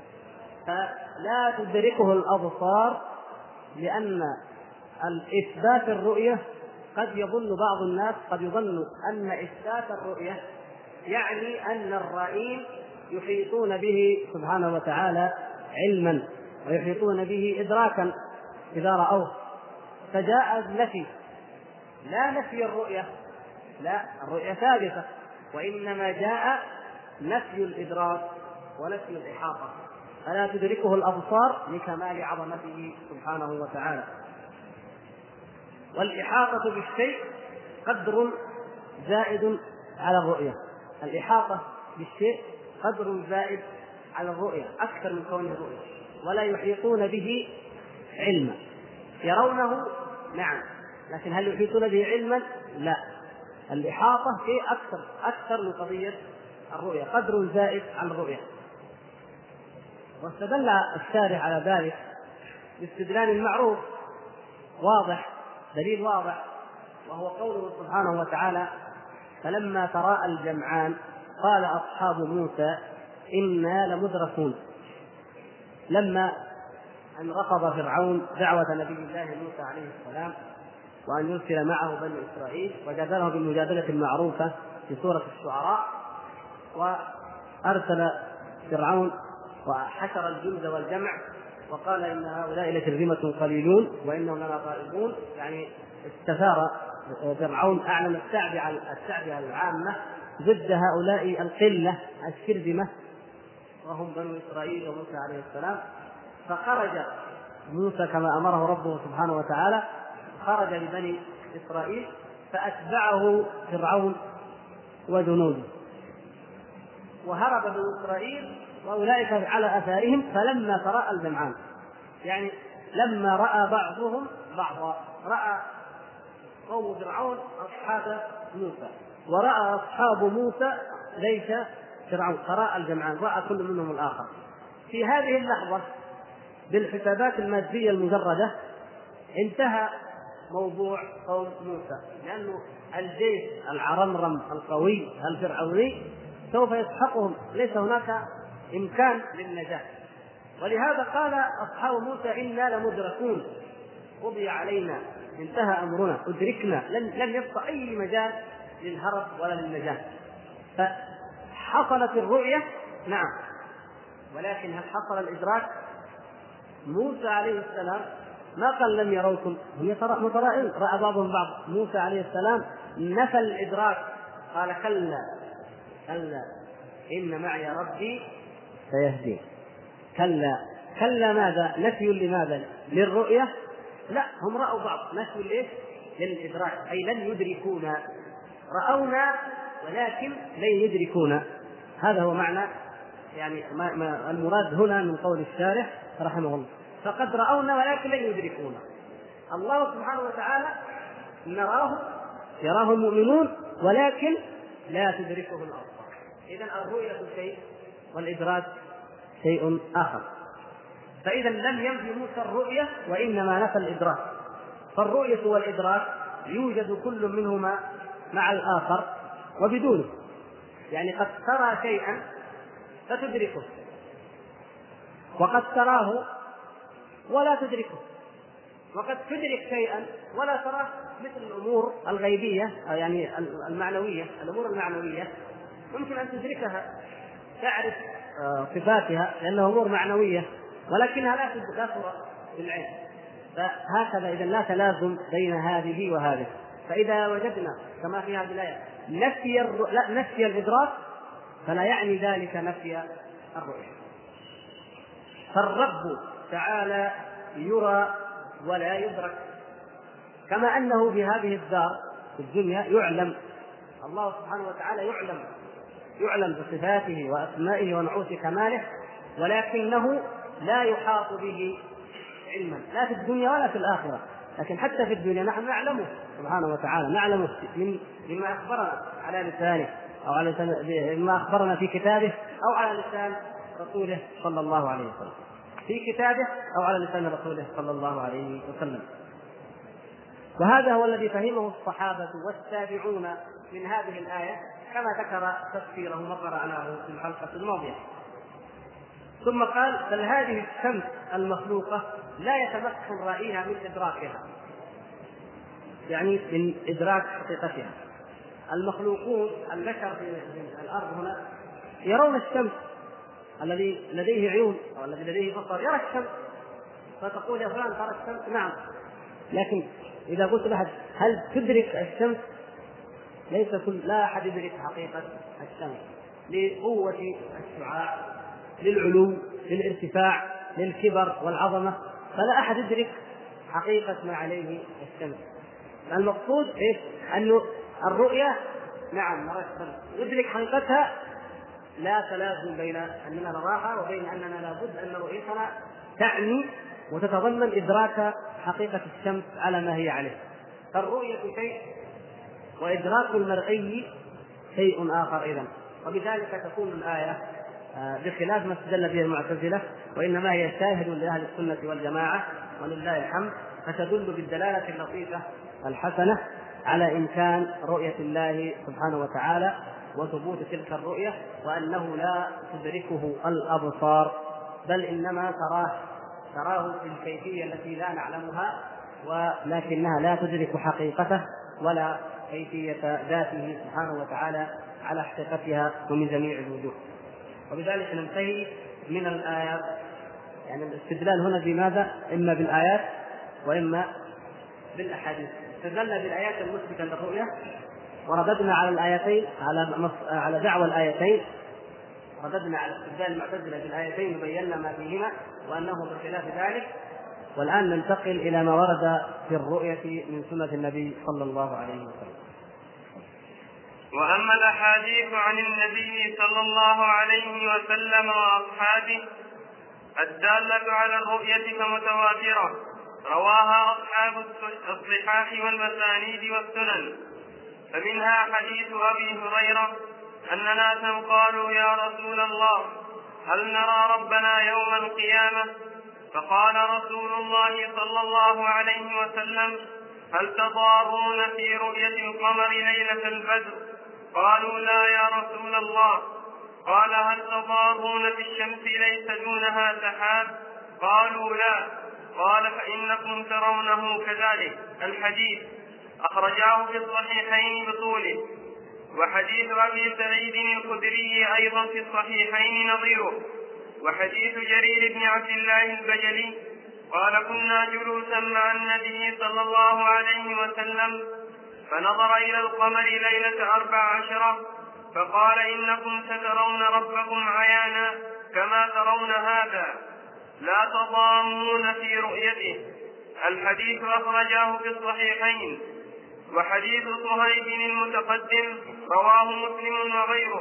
فلا تدركه الأبصار لأن الإثبات الرؤية قد يظن بعض الناس قد يظن أن إثبات الرؤية يعني أن الرائين يحيطون به سبحانه وتعالى علما ويحيطون به إدراكا إذا رأوه، فجاء النفي، لا نفي الرؤية، لا، الرؤية ثابتة، وإنما جاء نفي الإدراك ونفي الإحاطة. فلا تدركه الأبصار لكمال عظمته سبحانه وتعالى. والإحاطة بالشيء قدر زائد على الرؤية، الإحاطة بالشيء قدر زائد على الرؤية أكثر من كونه الرؤية، ولا يحيطون به علما، يرونه نعم، لكن هل يحيطون به علما؟ لا، الإحاطة شيء أكثر أكثر من قضية الرؤية، قدر زائد على الرؤية. واستدل الشارح على ذلك باستدلال معروف واضح، دليل واضح، وهو قوله سبحانه وتعالى: فلما تراءى الجمعان قال أصحاب موسى إنا لمدركون. لما أن رفض فرعون دعوة نبي الله موسى عليه السلام وأن يرسل معه بني إسرائيل، وجادله بالمجادلة المعروفة في سورة الشعراء، وأرسل فرعون وحشر الجند والجمع وقال إن هؤلاء لشرذمة قليلون وإنهم لنا غائبون، يعني استثار فرعون أعلن التعبئة التعبئة العامة ضد هؤلاء القلة الشرذمة وهم بنو إسرائيل وموسى عليه السلام. فخرج موسى كما أمره ربه سبحانه وتعالى، خرج لبني إسرائيل فأتبعه فرعون وجنوده، وهرب بنو إسرائيل وأولئك على أثارهم. فلما تراءى الجمعان، يعني لما رأى بعضهم بعضا، رأى قوم فرعون أصحاب موسى، ورأى أصحاب موسى ليس فرعون، فرأى الجمعان، رأى كل منهم الآخر. في هذه اللحظة بالحسابات المادية المجردة انتهى موضوع قوم موسى، لأنه الجيش العرمرم القوي الفرعوني سوف يسحقهم، ليس هناك إمكان للنجاة. ولهذا قال أصحاب موسى إنا لمدركون، قضي علينا، انتهى أمرنا، أدركنا، لم يبقى أي مجال للهرب ولا للنجاة. فحصلت الرؤية نعم، ولكن هل حصل الإدراك؟ موسى عليه السلام ما قال لم يروكم، هم مترائين، رأى بعضهم بعض. موسى عليه السلام نفى الإدراك، قال كلا كلا إن معي ربي سيهدين. كلا كلا ماذا؟ نفي لماذا؟ للرؤية؟ لا، هم رأوا بعض، نفي ليش؟ للإدراك، أي لن يدركونا، رأونا ولكن لن يدركونا. هذا هو معنى يعني ما ما المراد هنا من قول الشارح رحمه الله، فقد رأونا ولكن لن يدركونا. الله سبحانه وتعالى نراه، يراه المؤمنون ولكن لا تدركه الأبصار. إذن الرؤية شيء والإدراك شيء آخر. فإذا لم ينفي موسى الرؤية وإنما نفى الإدراك. فالرؤية والإدراك يوجد كل منهما مع الآخر وبدونه، يعني قد ترى شيئا فتدركه، وقد تراه ولا تدركه، وقد تدرك شيئا ولا تراه، مثل الأمور الغيبية يعني المعنوية. الأمور المعنوية ممكن أن تدركها، تعرف صفاتها لأنها أمور معنوية، ولكنها لا ترى بالعين. فهكذا إذا لا تلازم بين هذه وهذه. فإذا وجدنا كما في هذه الآية نفي الر... لا نفي الإدراك، فلا يعني ذلك نفي الرؤية. فالرب تعالى يرى ولا يدرك، كما أنه في هذه الدار في الدنيا يعلم، الله سبحانه وتعالى يعلم يعلم بصفاته وأسمائه ونعوت كماله، ولكنه لا يحاط به علما، لا في الدنيا ولا في الآخرة. لكن حتى في الدنيا نحن نعلمه سبحانه وتعالى، نعلم من مما أخبرنا على لسانه أو على لسان مما أخبرنا في كتابه أو على لسان رسوله صلى الله عليه وسلم، في كتابه أو على لسان رسوله صلى الله عليه وسلم. وهذا هو الذي فهمه الصحابة والتابعون من هذه الآية، كما ذكر تفسيره ما قرأناه في الحلقة الماضية. ثم قال بل هذه الشمس المخلوقة لا يتمكن رائيها من إدراكها، يعني من إدراك حقيقتها. المخلوقون البشر في الأرض هنا يرون الشمس، الذي لديه عيون أو الذي لديه بصر يرى الشمس، فتقول يا فلان ترى الشمس، نعم. لكن إذا قلت لأحد هل تدرك الشمس؟ ليس كل لا أحد يدرك حقيقة الشمس، لقوة الشعاع، للعلو، للارتفاع، للكبر والعظمة، فلا أحد يدرك حقيقة ما عليه الشمس. المقصود إيه؟ أنه الرؤية نعم نرى الشمس، ندرك حقيقتها، لا تلازم بين أننا نراها وبين أننا لابد أن رؤيتنا تعني وتتضمن إدراك حقيقة الشمس على ما هي عليه. فالرؤية شيء وإدراك المرئي شيء آخر إذن. وبذلك تكون الآية بخلاف ما استدل به المعتزلة، وإنما هي شاهد لأهل السنة والجماعة ولله الحمد، فتدل بالدلالة اللطيفة الحسنة على إمكان رؤية الله سبحانه وتعالى وثبوت تلك الرؤية، وأنه لا تدركه الأبصار بل إنما تراه تراه في الكيفية التي لا نعلمها، ولكنها لا تدرك حقيقته ولا كيفية ذاته سبحانه وتعالى على حقيقتها ومن جميع الوجوه. وبذلك ننتهي من الآيات، يعني الاستدلال هنا بماذا؟ إما بالآيات وإما بالأحاديث. استدلنا بالآيات المثبتة للرؤية، ورددنا على الآيتين على على دعوى الآيتين، رددنا على استدلال المعتزلة بالآيتين وبينا ما فيهما وأنه بخلاف ذلك. والآن ننتقل إلى ما ورد في الرؤية من سنة النبي صلى الله عليه وسلم. وأما الأحاديث عن النبي صلى الله عليه وسلم وأصحابه الدالة على الرؤية فمتواترة رواها أصحاب الصحاح والمسانيد والسنن. فمنها حديث أبي هريرة أن ناسا قالوا يا رسول الله هل نرى ربنا يوم القيامة؟ فقال رسول الله صلى الله عليه وسلم هل تضارون في رؤية القمر ليلة البدر؟ قالوا لا يا رسول الله. قال هل تضارون في الشمس ليس دونها سحاب؟ قالوا لا. قال فإنكم ترونه كذلك. الحديث أخرجاه في الصحيحين بطوله. وحديث أبي سعيد الخدري أيضا في الصحيحين نظيره. وحديث جرير بن عبد الله البجلي قال كنا جلوسا مع النبي صلى الله عليه وسلم فنظر إلى القمر ليلة أربع عشرة فقال إنكم سترون ربكم عيانا كما ترون هذا لا تضامون في رؤيته. الحديث أخرجاه في الصحيحين. وحديث صهيب المتقدم رواه مسلم وغيره.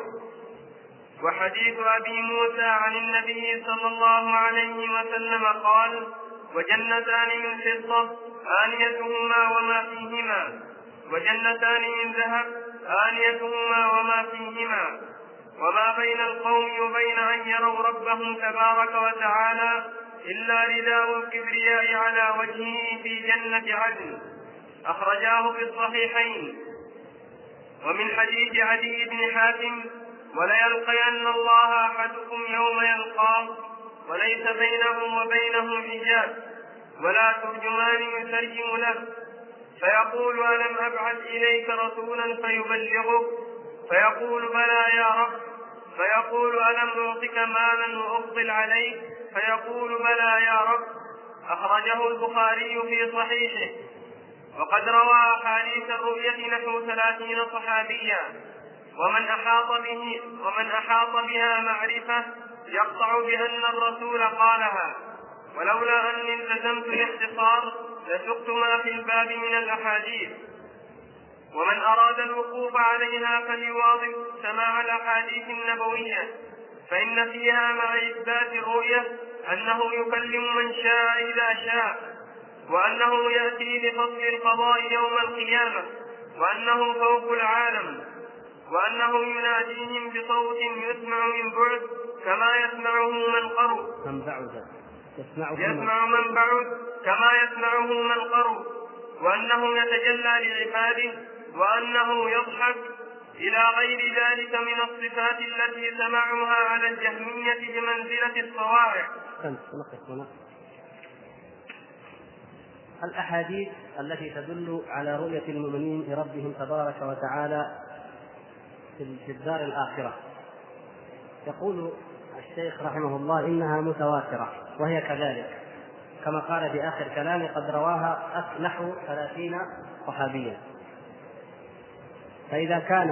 وحديث أبي موسى عن النبي صلى الله عليه وسلم قال وجنتان من فضة آنيتهما وما فيهما وجنتان من ذهب آنيتهما وما فيهما وما بين القوم وبين أن يروا ربهم تبارك وتعالى إلا رداء الكبرياء على وجهه في جنة عدن. أخرجاه في الصحيحين. ومن حديث عدي بن حاتم وليلقين الله أحدكم يوم يلقاه وليس بينه وبينه حجاب ولا ترجمان يترجم له فيقول ألم أبعث إليك رسولا فيبلغك فيقول بلى يا رب فيقول ألم أعطك مالا وأفضل عليك فيقول بلى يا رب. أخرجه البخاري في صحيحه. وقد روى أحاديث الرؤية نحو ثلاثين صحابيا ومن أحاط به ومن أحاط بها معرفة يقطع بأن الرسول قالها. ولولا أني التزمت الاختصار لسقت ما في الباب من الأحاديث. ومن أراد الوقوف عليها فليواظب سماع الأحاديث النبوية فإن فيها مع إثبات الرؤية أنه يكلم من شاء إذا شاء وأنه يأتي لفصل القضاء يوم القيامة وأنه فوق العالم وأنه يناديهم بصوت يسمع من بعد كما يسمعه من قرب يسمع من بعد كما يسمعه من قرب وأنه يتجلى لعباده وأنه يضحك إلى غير ذلك من الصفات التي سمعها على الجهمية بمنزلة الصواعق. الأحاديث التي تدل على رؤية المؤمنين لربهم تبارك وتعالى في الدار الآخرة يقول الشيخ رحمه الله إنها متواترة وهي كذلك كما قال في آخر كلامه قد رواها نحو ثلاثين صحابيا. فإذا كان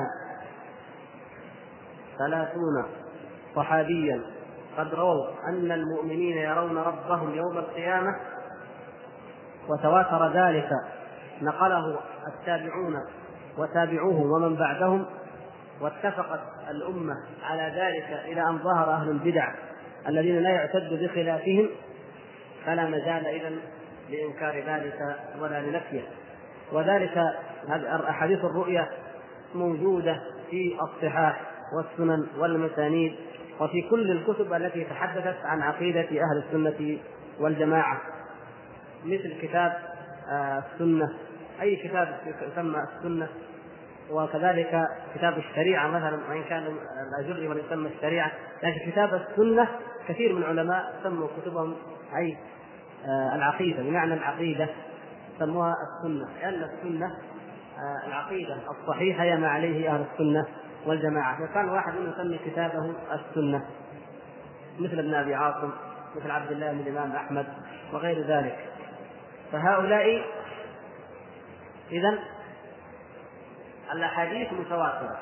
ثلاثون صحابيا قد رووا أن المؤمنين يرون ربهم يوم القيامة وتواتر ذلك نقله التابعون وتابعوهم ومن بعدهم واتفقت الأمة على ذلك إلى أن ظهر أهل البدع الذين لا يعتد بخلافهم فلا مجال إذن لإنكار ذلك ولا لنفيه. وذلك أحاديث الرؤية موجودة في الصحاح والسنن والمسانيد وفي كل الكتب التي تحدثت عن عقيدة أهل السنة والجماعة مثل كتاب السنة أي كتاب يسمى السنة وكذلك كتاب الشريعة مثلا وإن كان الأجر من يسمى الشريعة لكن كتاب السنة كثير من العلماء سموا كتبهم أي العقيدة بمعنى العقيدة سموها السنة لأن السنة العقيدة الصحيحة هي ما عليه أهل السنة والجماعة. فكان واحد منهم يسمي كتابه السنة مثل ابن أبي عاصم مثل عبد الله بن الإمام أحمد وغير ذلك. فهؤلاء إذن الأحاديث متواترة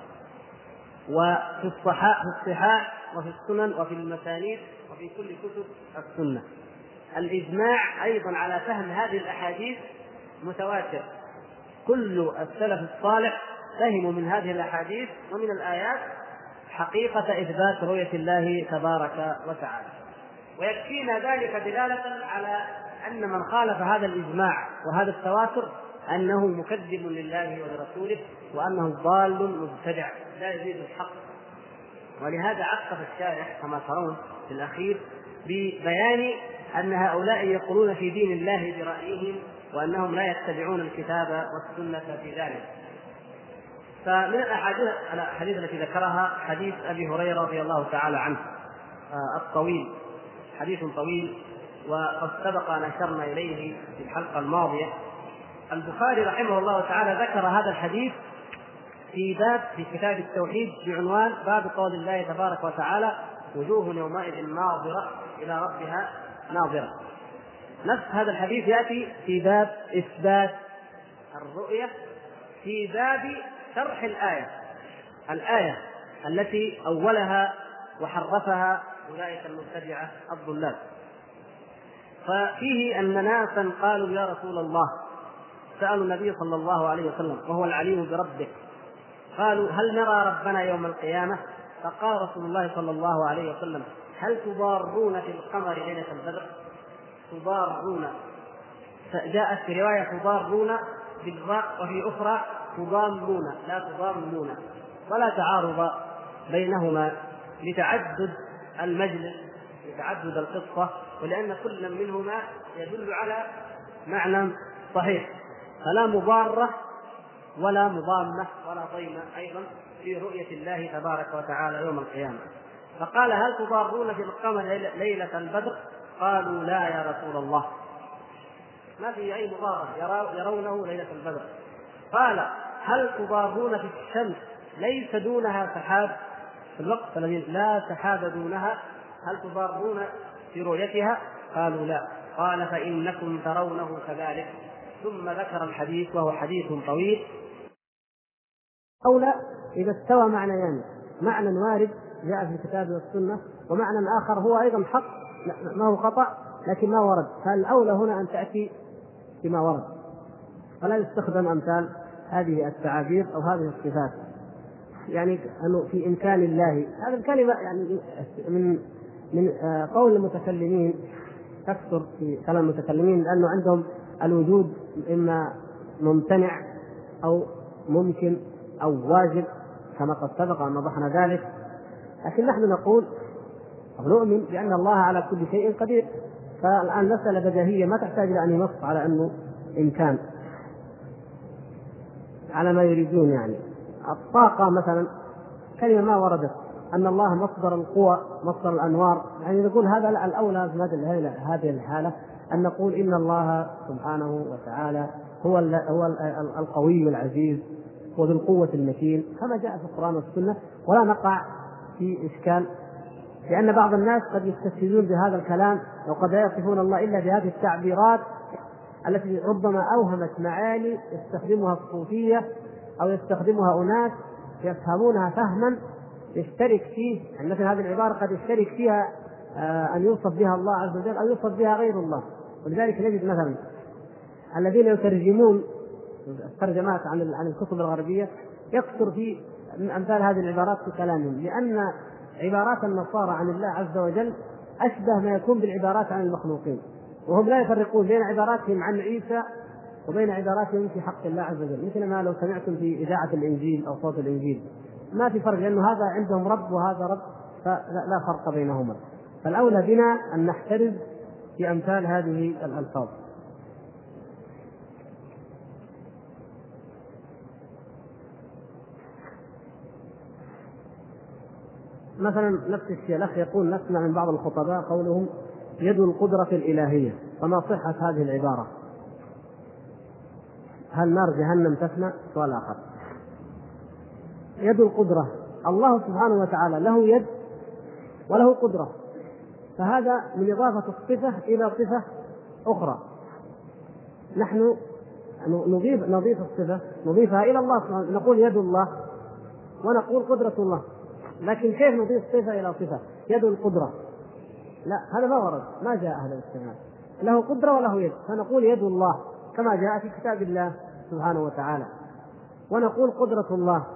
وفي الصحاح وفي السنن وفي المسانيد وفي كل كتب السنة. الإجماع أيضا على فهم هذه الأحاديث متواتر. كل السلف الصالح فهموا من هذه الأحاديث ومن الآيات حقيقة إثبات رؤية الله تبارك وتعالى. ويكفينا ذلك دلالة على أن من خالف هذا الإجماع وهذا التواتر أنه مكذب لله ولرسوله، وأنه ضال مبتدع لا يزيد الحق. ولهذا عقب الشارح كما ترون في الأخير ببيان أن هؤلاء يقولون في دين الله برأيهم، وأنهم لا يتبعون الكتاب والسنة في ذلك. فمن الأحاديث التي ذكرها حديث أبي هريرة رضي الله تعالى عنه الطويل، حديث طويل وقد سبق أن أشرنا إليه في الحلقة الماضية. البخاري رحمه الله تعالى ذكر هذا الحديث في باب في كتاب التوحيد بعنوان باب قول الله تبارك وتعالى وجوه يومئذ ناظرة إلى ربها ناظرة. نفس هذا الحديث يأتي في باب إثبات الرؤية في باب شرح الآية الآية التي أولها وحرفها أولئك المبتدعة الضلال. ففيه أن ناسا قالوا يا رسول الله، سألوا النبي صلى الله عليه وسلم وهو العليم بربه، قالوا هل نرى ربنا يوم القيامة؟ فقال رسول الله صلى الله عليه وسلم هل تضارون في القمر ليلة البدر؟ تضارون، جاءت في رواية تضارون بالراء وفي أخرى تضامون لا تضامون، ولا تعارض بينهما لتعدد المجلس لتعدد القصة، ولأن كل منهما يدل على معنى صحيح، فلا مضارة ولا مضامة ولا ضيمة أيضا في رؤية الله تبارك وتعالى يوم القيامة. فقال هل تضارون في القمر ليلة البدر؟ قالوا لا يا رسول الله، ما في أي مضارة، يرونه ليلة البدر. قال هل تضارون في الشمس ليس دونها سحاب، في الوقت الذي لا سحاب دونها، هل تضارون في رؤيتها؟ قالوا لا. قال فإنكم ترونه كذلك، ثم ذكر الحديث وهو حديث طويل. أولى إذا استوى معنيان، معنى وارد جاء في الكتاب والسنة، ومعنى آخر هو أيضا حق ما هو خطأ لكن ما ورد، فالأولى هنا أن تأتي بما ورد، فلا يستخدم أمثال هذه التعابير أو هذه الصفات. يعني أنه في إمكان الله، هذا الكلمة يعني من من قول المتكلمين تكثر في كلام المتكلمين، لأنه عندهم الوجود إما ممتنع أو ممكن أو واجب كما قد سبق أن وضحنا ذلك. لكن نحن نقول نؤمن بأن الله على كل شيء قدير، فالآن مسألة بديهية ما تحتاج إلى أن ينص على أنه إمكان على ما يريدون. يعني الطاقة مثلا كلمة ما وردت، أن الله مصدر القوى مصدر الأنوار، يعني نقول هذا الأولى في هذه الحالة أن نقول إن الله سبحانه وتعالى هو هو القوي العزيز وذو القوة المتين كما جاء في القرآن والسنة، ولا نقع في إشكال، لأن بعض الناس قد يستشهدون بهذا الكلام وقد لا يصفون الله إلا بهذه التعبيرات التي ربما أوهمت معاني يستخدمها الصوفية أو يستخدمها أناس يفهمونها فهما يشترك فيه، يعني مثل هذه العبارة قد يشترك فيها أن يوصف بها الله عز وجل أو يوصف بها غير الله. ولذلك نجد مثلا الذين يترجمون الترجمات عن عن الكتب الغربية يكثر في أمثال هذه العبارات في كلامهم، لأن عبارات النصارى عن الله عز وجل أشبه ما يكون بالعبارات عن المخلوقين، وهم لا يفرقون بين عباراتهم عن عيسى وبين عباراتهم في حق الله عز وجل، مثل ما لو سمعتم في إذاعة الإنجيل أو صوت الإنجيل ما في فرق، لأنه هذا عندهم رب وهذا رب، فلا فرق بينهما. فالأولى بنا أن نحترز في أمثال هذه الألفاظ. مثلا نفس الشيء الأخ يقول نسمع من بعض الخطباء قولهم يد القدرة الإلهية، فما صحة هذه العبارة؟ هل نار جهنم تفنى؟ سؤال آخر. يد القدرة، الله سبحانه وتعالى له يد وله قدرة، فهذا من إضافة الصفة إلى صفة أخرى. نحن نضيف نضيف الصفة نضيفها إلى الله سبحانه، نقول يد الله ونقول قدرة الله، لكن كيف نضيف صفة إلى صفة؟ يد القدرة لا، هذا ما ورد، ما جاء هذا الاستعمال، له قدرة وله يد، فنقول يد الله كما جاء في كتاب الله سبحانه وتعالى، ونقول قدرة الله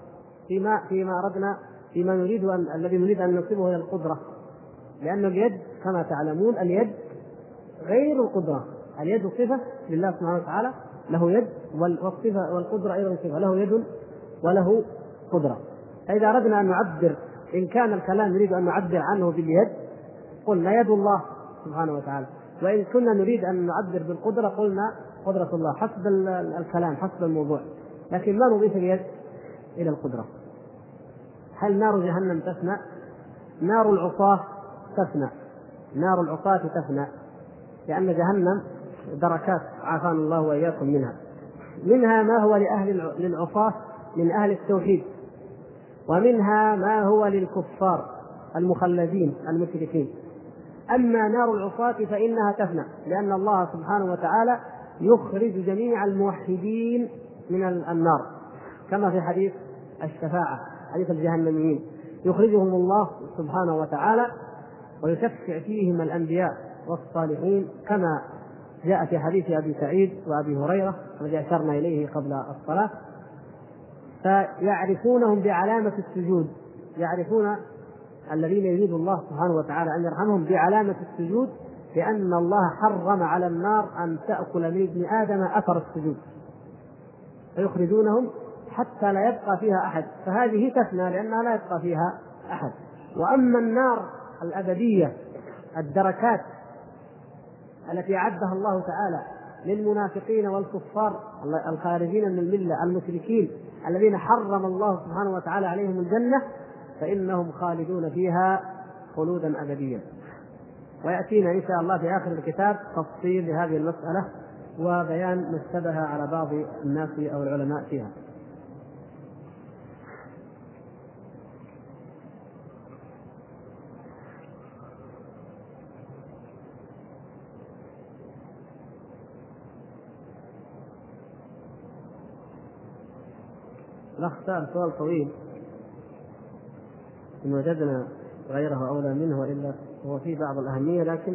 فيما فيما أردنا فيما نريد أن الذي نريد أن نصبه إلى القدرة، لأن اليد كما تعلمون اليد غير القدرة. اليد صفة لله سبحانه وتعالى، له يد، والصفة والقدرة أيضا صفة، له يد وله قدرة. فإذا أردنا أن نعبر، إن كان الكلام نريد أن نعبر عنه باليد قلنا يد الله سبحانه وتعالى، وإن كنا نريد أن نعبر بالقدرة قلنا قدرة الله، حسب الكلام حسب الموضوع، لكن ما نضيف اليد إلى القدرة. هل نار جهنم تفنى؟ نار العصاة تفنى، نار العصاة تفنى، لأن جهنم دركات عافانا الله وإياكم منها. منها ما هو لأهل للعصاة من أهل التوحيد، ومنها ما هو للكفار المخلدين المشركين. أما نار العصاة فإنها تفنى، لأن الله سبحانه وتعالى يخرج جميع الموحدين من النار، كما في حديث الشفاعة، حديث الجهنميين، يخرجهم الله سبحانه وتعالى ويشفع فيهم الأنبياء والصالحين، كما جاء في حديث أبي سعيد وأبي هريرة الذي أشرنا إليه قبل الصلاة. فيعرفونهم بعلامة السجود، يعرفون الذين يريد الله سبحانه وتعالى أن يرحمهم بعلامة السجود، لأن الله حرم على النار أن تأكل من ابن آدم أثر السجود، فيخرجونهم حتى لا يبقى فيها أحد، فهذه تفنى لأنها لا يبقى فيها أحد. وأما النار الأبدية الدركات التي أعدها الله تعالى للمنافقين والكفار الخارجين من الملة المشركين الذين حرم الله سبحانه وتعالى عليهم الجنة، فإنهم خالدون فيها خلودا أبديا. ويأتينا إن شاء الله في آخر الكتاب تفصيل لهذه المسألة وبيان ما اشتبه على بعض الناس أو العلماء فيها. الأخ سأل سؤال طويل، إن وجدنا غيره أولى منه وإلا هو فيه بعض الأهمية، لكن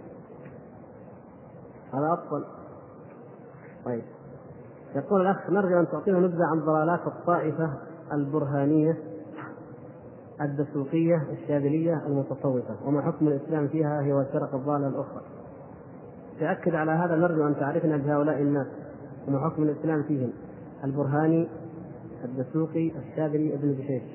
هذا أفضل. طيب، يقول الأخ: نرجو أن تعطينا نبذة عن ضلالات الطائفة البرهانية الدسوقية الشاذلية المتصوفة، وما حكم الإسلام فيها هي والفرق الضالة الأخرى. تأكد على هذا، نرجو أن تعرفنا بهؤلاء الناس وما حكم الإسلام فيهم: البرهاني، الدسوقي، الشاذلي، ابن بشيش.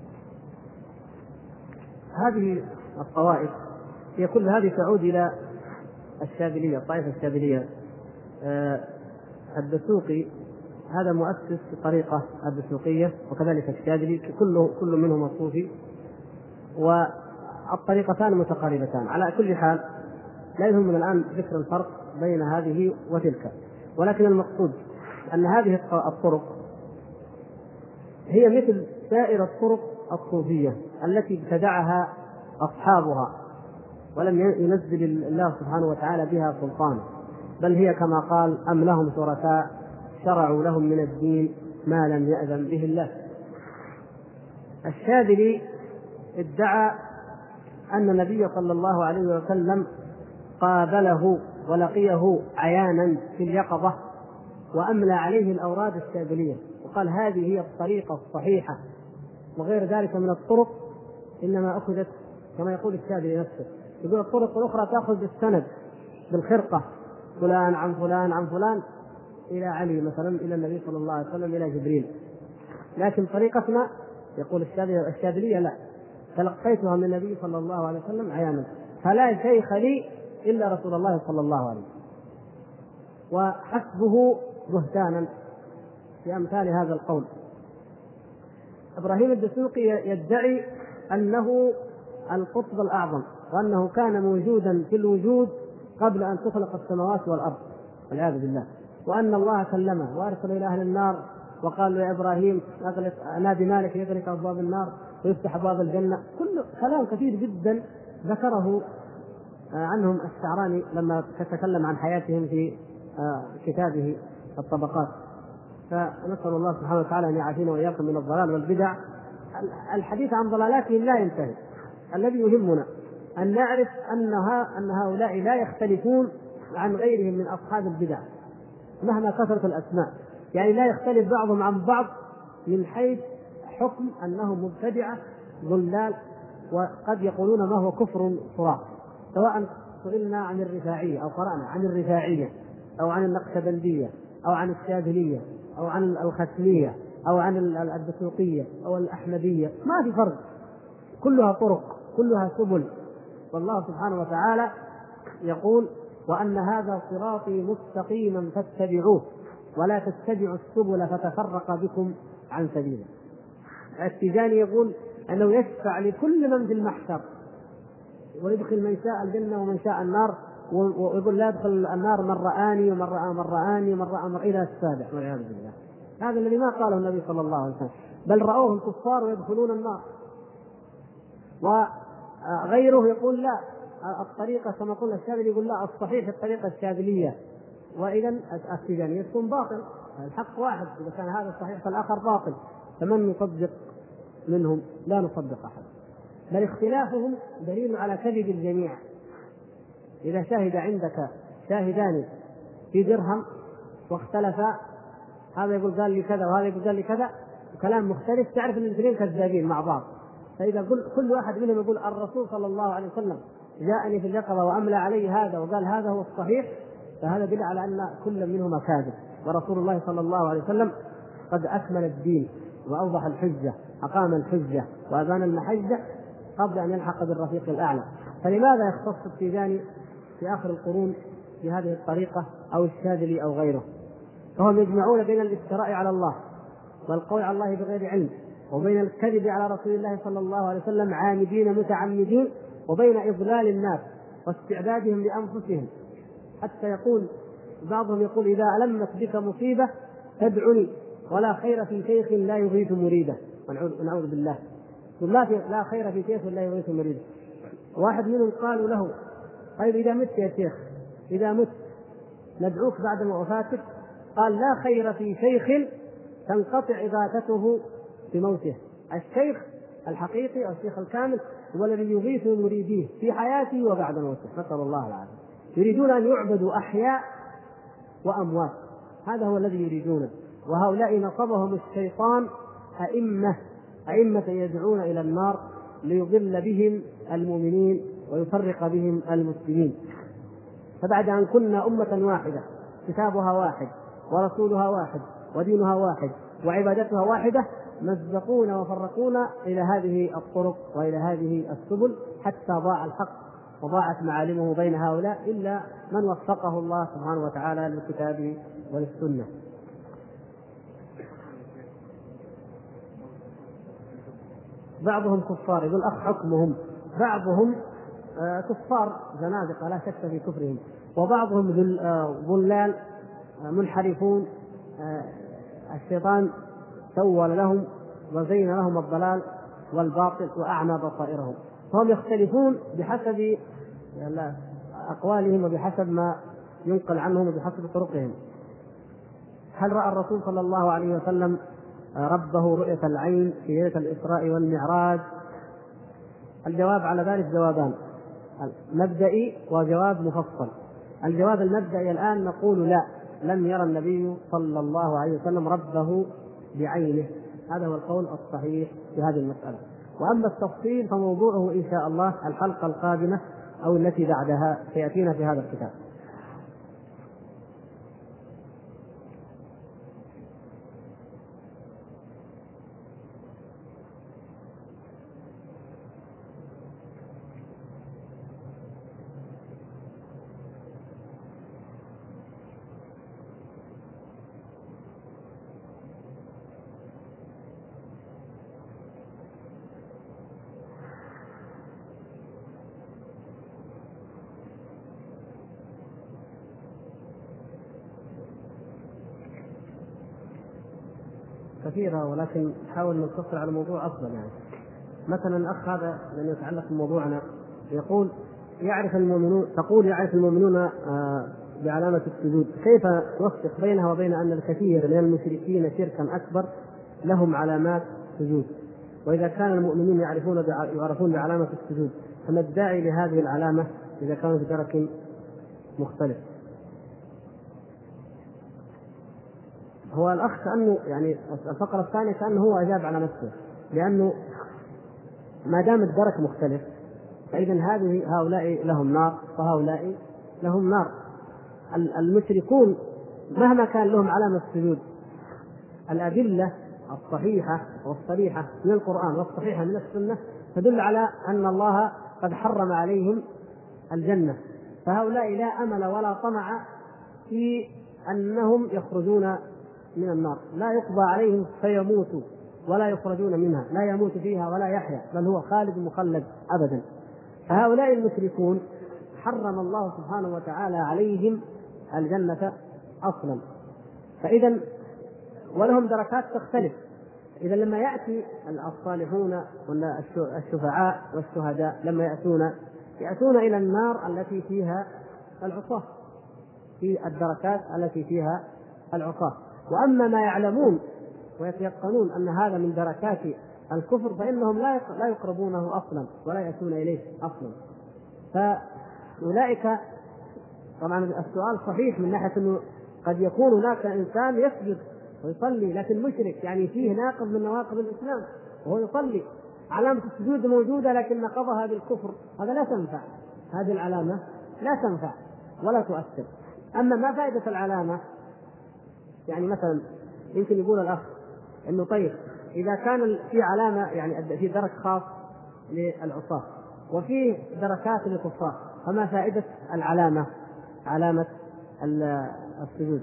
هذه الطوائف هي كل هذه تعود إلى الشاذلية، الطائفة الشاذلية. آه الدسوقي هذا مؤسس الطريقة الدسوقية، وكذلك الشاذلي، كله كل منهم الصوفي، والطريقتان متقاربتان. على كل حال لا يهمنا الآن ذكر الفرق بين هذه وتلك، ولكن المقصود أن هذه الطرق هي مثل سائر الطرق الصوفية التي ابتدعها أصحابها ولم ينزل الله سبحانه وتعالى بها سلطان، بل هي كما قال: أم لهم شركاء شرعوا لهم من الدين ما لم يأذن به الله. الشاذلي ادعى أن النبي صلى الله عليه وسلم قابله ولقيه عيانا في اليقظة وأملى عليه الأوراد الشاذلية، وقال: هذه هي الطريقة الصحيحة، وغير ذلك من الطرق إنما أخذت كما يقول الشاذلي نفسه، يقول الطرق الأخرى تأخذ بالسند بالخرقة، فلان عن فلان عن فلان إلى علي مثلا، إلى النبي صلى الله عليه وسلم، إلى جبريل، لكن طريقتنا يقول الشاذلية لا، تلقيتها من النبي صلى الله عليه وسلم عيانا، فلا شيخ لي إلا رسول الله صلى الله عليه وسلم. وحسبه بهتانا في أمثال هذا القول. إبراهيم الدسوقي يدعي أنه القطب الأعظم، وأنه كان موجودا في الوجود قبل أن تخلق السماوات والأرض والعياذ بالله، وأن الله كلمه وأرسل إلى أهل النار وقال له: يا إبراهيم نادي مالك يغلق أبواب النار ويفتح أبواب الجنة. كل كلام كثير جدا ذكره عنهم الشعراني لما تتكلم عن حياتهم في كتابه الطبقات. فنسأل الله سبحانه وتعالى أن يعافينا وإياكم من الضلال والبدع. الحديث عن ضلالاتهم لا ينتهي، الذي يهمنا أن نعرف أنها أن هؤلاء لا يختلفون عن غيرهم من أصحاب البدع مهما كثرت الأسماء، يعني لا يختلف بعضهم عن بعض من حيث حكم أنهم مبتدعة ضلال، وقد يقولون ما هو كفر صراح. سواء سئلنا عن الرفاعية أو قرأنا عن الرفاعية أو عن النقشبندية أو عن الشاذلية أو عن الختمية أو عن الدسوقية أو الأحمدية، ما في فرق، كلها طرق، كلها سبل. والله سبحانه وتعالى يقول: وأن هذا صراطي مستقيما فاتبعوه ولا تتبعوا السبل فتفرق بكم عن سبيله. التجاني يقول أنه يشفع لكل من في المحشر ويدخل من شاء الجنة ومن شاء النار، ويقول: لا يدخل النار من رآني ومن رأى من رآني ومن رأى من إلى السابع والعياذ بالله. هذا الذي ما قاله النبي صلى الله عليه وسلم، بل رأوه الكفار ويدخلون النار. وغيره يقول: لا، الطريقة كما قلنا الشاذلي يقول: لا، الصحيح الطريقة الشاذلية. وإذا التجانية يكون باطل، الحق واحد، إذا كان هذا صحيح فالآخر باطل، فمن يصدق منهم؟ لا نصدق أحد، بل اختلافهم دليل على كذب الجميع. إذا شاهد عندك شاهدان في درهم واختلفا، هذا يقول قال لي كذا وهذا يقول قال لي كذا، وكلام مختلف، تعرف ان الاثنين كذابين مع بعض. فإذا كل واحد منهم يقول الرسول صلى الله عليه وسلم جاءني في اليقظة وأملى علي هذا وقال هذا هو الصحيح، فهذا دليل على أن كل منهما كاذب. ورسول الله صلى الله عليه وسلم قد أكمل الدين وأوضح الحجة، أقام الحجة وأبان المحجة قبل أن يلحق بالرفيق الأعلى. فلماذا يختص التيجاني في آخر القرون بهذه الطريقة أو الشاذلي أو غيره؟ فهم يجمعون بين الافتراء على الله والقول على الله بغير علم، وبين الكذب على رسول الله صلى الله عليه وسلم عامدين متعمدين، وبين إضلال الناس واستعدادهم لأنفسهم، حتى يقول بعضهم يقول: إذا ألمت بك مصيبة فادعني، ولا خير في شيخ لا يغيث مريده. ونعوذ بالله، لا خير في شيخ لا يغيث مريده. واحد منهم قالوا له: طيب إذا مت يا شيخ، إذا مت ندعوك بعد وفاتك؟ قال: لا خير في شيخ تنقطع إغاثته بموته. الشيخ الحقيقي أو الشيخ الكامل هو الذي يغيث مريديه في حياته وبعد موته، نسأل الله العافية. يريدون أن يعبدوا أحياء وأموات، هذا هو الذي يريدونه. وهؤلاء نصبهم الشيطان أئمة أئمة يدعون إلى النار ليضل بهم المؤمنين ويفرق بهم المسلمين. فبعد أن كنا أمة واحدة كتابها واحد ورسولها واحد ودينها واحد وعبادتها واحدة، مزقونا وفرقونا إلى هذه الطرق وإلى هذه السبل، حتى ضاع الحق وضاعت معالمه بين هؤلاء، إلا من وفقه الله سبحانه وتعالى للكتاب وللسنة. بعضهم كفار، يقول أخ حكمهم، بعضهم آه كفار زنادقة لا شك في كفرهم، وبعضهم ضلال آه منحرفون، آه الشيطان سول لهم وزين لهم الضلال والباطل وأعمى بصائرهم، فهم يختلفون بحسب أقوالهم وبحسب ما ينقل عنهم وبحسب طرقهم. هل رأى الرسول صلى الله عليه وسلم ربه رؤية العين في ليلة الإسراء والمعراج؟ الجواب على ذلك جوابان، مبدئي وجواب مفصل. الجواب المبدئي الآن نقول لا، لم يرى النبي صلى الله عليه وسلم ربه بعينه، هذا هو القول الصحيح في هذه المسألة. وأما التفصيل فموضوعه إن شاء الله الحلقة القادمة أو التي بعدها سيأتينا في هذا الكتاب. كثيرة، ولكن حاول نقتصر على موضوع أفضل. يعني مثلا الأخ هذا لأنه يتعلق بموضوعنا يقول: يعرف المؤمنون تقول يعرف المؤمنون بعلامة السجود، كيف نوفق بينها وبين أن الكثير من المشركين شركا أكبر لهم علامات سجود؟ وإذا كان المؤمنين يعرفون يعرفون بعلامة السجود، فما الداعي لهذه العلامة إذا كانوا في درك مختلف؟ هو الأخ كأنه يعني الفقرة الثانية كأنه هو أجاب على نفسه، لأنه ما دام الدرك مختلف فإذا هذه هؤلاء لهم نار وهؤلاء لهم نار. المشركون مهما كان لهم علامة السجود، الأدلة الصحيحة والصريحة من القرآن والصحيحة من السنة تدل على أن الله قد حرم عليهم الجنة، فهؤلاء لا أمل ولا طمع في أنهم يخرجون من النار، لا يقضى عليهم فيموتوا ولا يخرجون منها، لا يموت فيها ولا يحيا، بل هو خالد مخلد أبدا. فهؤلاء المشركون حرم الله سبحانه وتعالى عليهم الجنة أصلا. فإذا ولهم دركات تختلف. إذا لما يأتي الصالحون والشفعاء والشهداء لما يأتون يأتون إلى النار التي فيها العصاة، في الدركات التي فيها العصاة. وأما ما يعلمون ويتيقنون أن هذا من دركات الكفر فإنهم لا يقربونه أصلا ولا يأتون إليه أصلا. فأولئك طبعا السؤال صحيح من ناحية أنه قد يكون هناك إنسان يسجد ويصلي لكن مشرك، يعني فيه ناقض من نواقض الإسلام وهو يصلي، علامة السجود موجودة لكن نقضها بالكفر، هذا لا تنفع، هذه العلامة لا تنفع ولا تؤثر. أما ما فائدة العلامة؟ يعني مثلا يمكن يقول الأخ إنه طيب إذا كان في علامة يعني في درك خاص للعصاة وفي دركات للكفار فما فائدة العلامة علامة السجود؟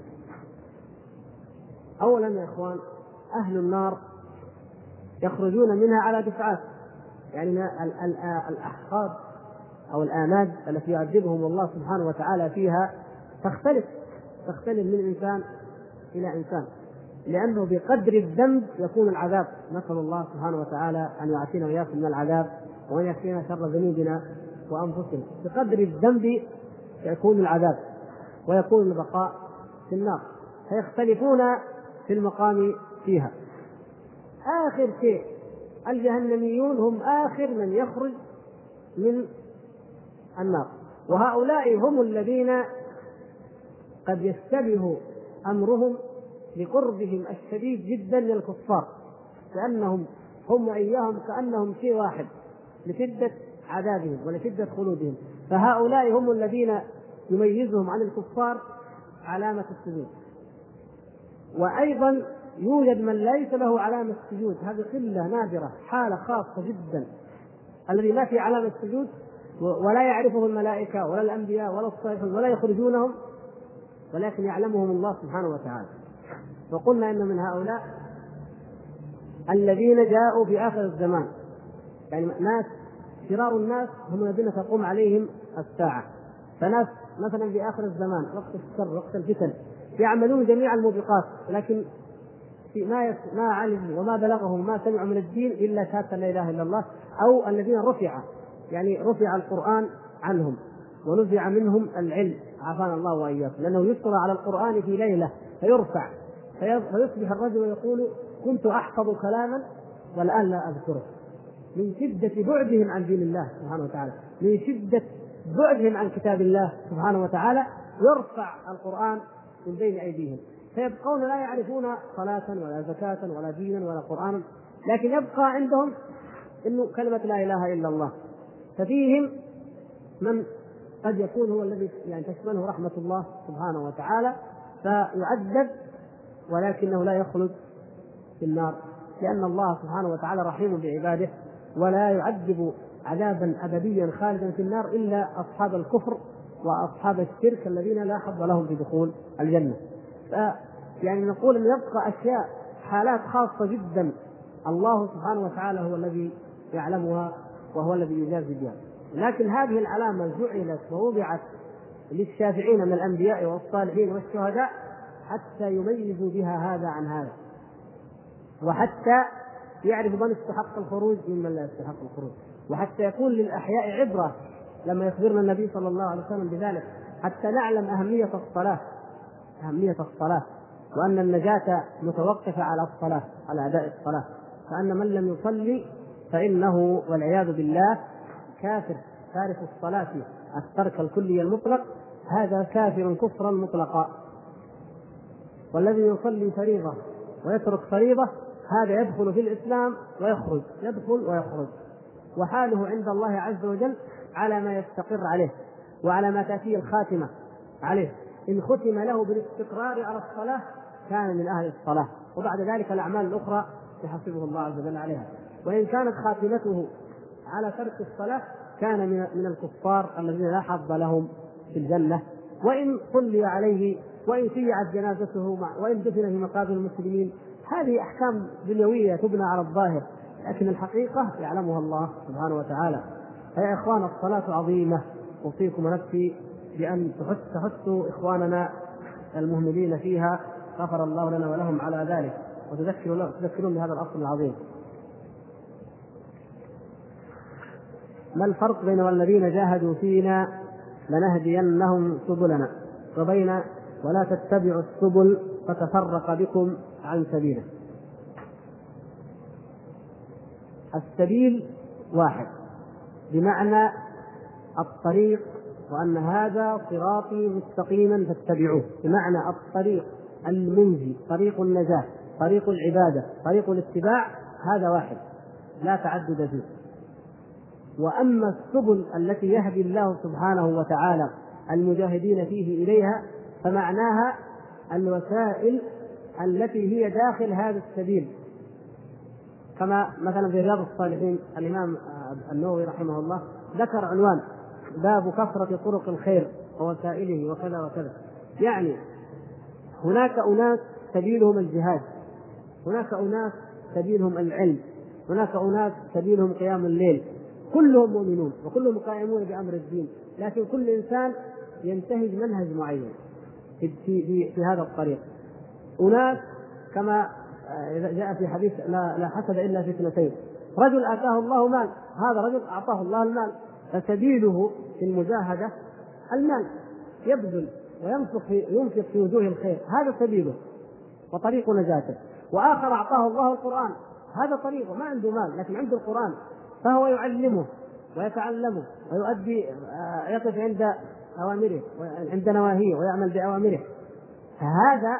أولا يا إخوان، أهل النار يخرجون منها على دفعات، يعني الأحقاد أو الآماد التي يعذبهم الله سبحانه وتعالى فيها تختلف تختلف من إنسان إلى إنسان، لأنه بقدر الذنب يكون العذاب. نسأل الله سبحانه وتعالى أن يعافينا وإياكم من العذاب وأن يكفينا شر ذنوبنا وأنفسنا. بقدر الذنب يكون العذاب ويكون البقاء في النار، فيختلفون في المقام فيها. آخر شيء الجهنميون هم آخر من يخرج من النار، وهؤلاء هم الذين قد يشتبه أمرهم لقربهم الشديد جدا للكفار، كأنهم هم وإياهم كأنهم شيء واحد لشدة عذابهم ولشدة خلودهم. فهؤلاء هم الذين يميزهم عن الكفار علامة السجود. وأيضا يوجد من ليس له علامة السجود، هذه قلة نادرة، حالة خاصة جدا، الذي ما في علامة السجود ولا يعرفه الملائكة ولا الأنبياء ولا الصالحون ولا يخرجونهم، ولكن يعلمهم الله سبحانه وتعالى. وقلنا إن من هؤلاء الذين جاءوا في آخر الزمان، يعني ناس شرار الناس هم الذين تقوم عليهم الساعة، فناس مثلا في آخر الزمان وقت الشر وقت الفتن يعملون جميع الموبقات، لكن في ما ما علموا وما بلغهم ما سمعوا من الدين إلا شهادة لا إله إلا الله، أو الذين رفع يعني رفع القرآن عنهم ونزع منهم العلم، عافانا الله وإياكم، لأنه يسرى على القرآن في ليلة فيرفع فيصبح الرجل يقول كنت أحفظ كلاما والآن لا أذكره، من شدة بعدهم عن دين الله سبحانه وتعالى، من شدة بعدهم عن كتاب الله سبحانه وتعالى، يرفع القرآن من بين أيديهم، فيبقون لا يعرفون صلاة ولا زكاة ولا دينا ولا قرآنا، لكن يبقى عندهم إنه كلمة لا إله إلا الله. ففيهم من قد يكون هو الذي يعني تشمله رحمة الله سبحانه وتعالى فيعذب ولكنه لا يخلد في النار، لأن الله سبحانه وتعالى رحيم بعباده ولا يعذب عذابا أبديا خالدا في النار إلا أصحاب الكفر وأصحاب الشرك الذين لا حظ لهم بدخول الجنة. يعني نقول أن يبقى أشياء حالات خاصة جدا الله سبحانه وتعالى هو الذي يعلمها وهو الذي يجازي بها، لكن هذه العلامة جعلت ووضعت للشافعين من الأنبياء والصالحين والشهداء حتى يميزوا بها هذا عن هذا، وحتى يعرف من يستحق الخروج ممن لا يستحق الخروج، وحتى يكون للأحياء عبرة لما يخبرنا النبي صلى الله عليه وسلم بذلك، حتى نعلم أهمية الصلاة أهمية الصلاة وأن النجاة متوقفة على الصلاة، على أداء الصلاة، فأن من لم يصلي فإنه والعياذ بالله كافر تارك الصلاة الترك الكلي المطلق، هذا كافر كفرا مطلقا. والذي يصلي فريضة ويترك فريضة هذا يدخل في الإسلام ويخرج، يدخل ويخرج، وحاله عند الله عز وجل على ما يستقر عليه وعلى ما تأتيه الخاتمة عليه. إن ختم له بالاستقرار على الصلاة كان من أهل الصلاة، وبعد ذلك الأعمال الأخرى يحاسبه الله عز وجل عليها. وإن كانت خاتمته على ترك الصلاة كان من الكفار الذين لا حظ لهم في الجنة. وإن صلي عليه وإن شيعت جنازته وإن دفن في مقابر المسلمين، هذه أحكام دنيوية تبنى على الظاهر، لكن الحقيقة يعلمها الله سبحانه وتعالى. فيا إخوان الصلاة عظيمة، أوصيكم ونفسي بأن تحثوا إخواننا المهملين فيها، غفر الله لنا ولهم على ذلك، وتذكرون بهذا الأصل العظيم. ما الفرق بين والذين جاهدوا فينا لنهدينهم سبلنا وبين ولا تتبعوا السبل فتفرق بكم عن سبيله؟ السبيل واحد بمعنى الطريق، وأن هذا صراطي مستقيما فاتبعوه، بمعنى الطريق المنجي، طريق النجاة، طريق العبادة، طريق الاتباع، هذا واحد لا تعدد فيه. وأما السبل التي يهدي الله سبحانه وتعالى المجاهدين فيه إليها فمعناها الوسائل التي هي داخل هذا السبيل، كما مثلا في رياض الصالحين الإمام النووي رحمه الله ذكر عنوان باب كثرة طرق الخير ووسائله وكذا وكذا. يعني هناك أناس سبيلهم الجهاد، هناك أناس سبيلهم العلم، هناك أناس سبيلهم قيام الليل، كلهم مؤمنون وكلهم قائمون بأمر الدين، لكن كل إنسان ينتهج منهج معين في, في, في هذا الطريق. أناس كما جاء في حديث لا, لا حسد إلا في اثنتين، رجل آتاه الله مال، هذا رجل أعطاه الله المال فسبيله في المجاهدة المال، يبذل وينفق في, ينفق في وجوه الخير، هذا سبيله وطريق نجاته. وآخر أعطاه الله القرآن، هذا طريقه، ما عنده مال لكن عنده القرآن، فهو يعلمه ويتعلمه ويؤدي يقف عند أوامره وعند نواهيه ويعمل بأوامره، فهذا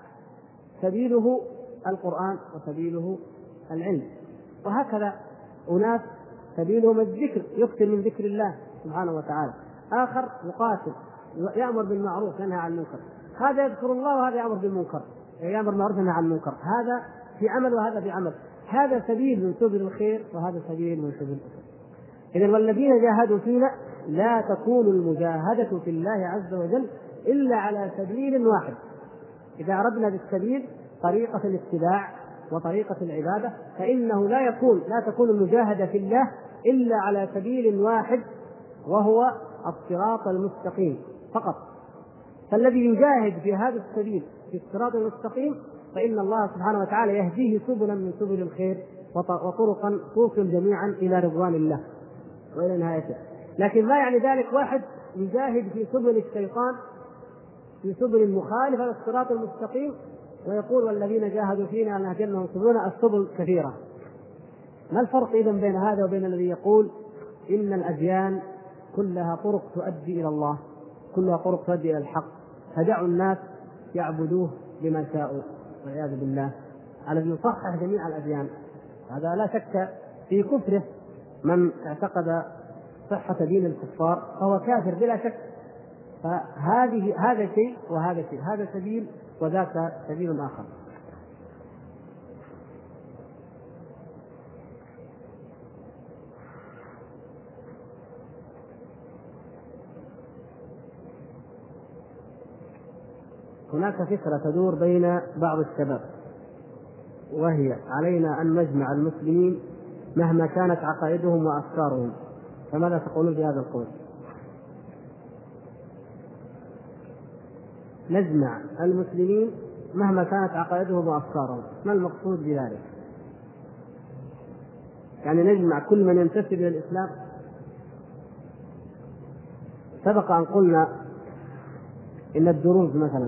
سبيله القرآن وسبيله العلم. وهكذا أناس سبيلهم الذكر، يكثر من ذكر الله سبحانه وتعالى. آخر يقاتل يأمر بالمعروف ينهى عن المنكر، هذا يذكر الله وهذا يأمر بالمنكر، يأمر بالمعروف ينهى عن المنكر، هذا في عمل وهذا في عمل، هذا سبيل من سبل الخير وهذا سبيل من سبل الخير. إذن والذين جاهدوا فينا لا تكون المجاهدة في الله عز وجل إلا على سبيل واحد. إذا أردنا بالسبيل طريقة الاتباع وطريقة العبادة فإنه لا يكون لا تكون المجاهدة في الله إلا على سبيل واحد، وهو الصراط المستقيم فقط. فالذي يجاهد في هذا السبيل في الصراط المستقيم فإن الله سبحانه وتعالى يهديه سبلا من سبل الخير وطرقا توصل جميعا إلى رضوان الله وإلى نهايته. لكن ما يعني ذلك واحد يجاهد في سبل الشيطان في سبل المخالفة للصراط المستقيم ويقول والذين جاهدوا فينا لنهدينهم سبلنا، السبل كثيرة. ما الفرق إذن بين هذا وبين الذي يقول إن الأديان كلها طرق تؤدي إلى الله، كلها طرق تؤدي إلى الحق، فدعوا الناس يعبدوه بما شاءوا والعياذ بالله؟ الذي يصحح جميع الأديان هذا لا شك في كفره، من اعتقد صحة دين الكفار فهو كافر بلا شك. فهذه هذا شيء وهذا شيء، هذا سبيل وذاك سبيل آخر. هناك فكرة تدور بين بعض الشباب، وهي علينا أن نجمع المسلمين مهما كانت عقائدهم وأفكارهم، فماذا تقولون بهذا القول؟ نجمع المسلمين مهما كانت عقائدهم وأفكارهم، ما المقصود بذلك؟ يعني نجمع كل من ينتسب إلى الإسلام؟ سبق أن قلنا إن الدروز مثلا،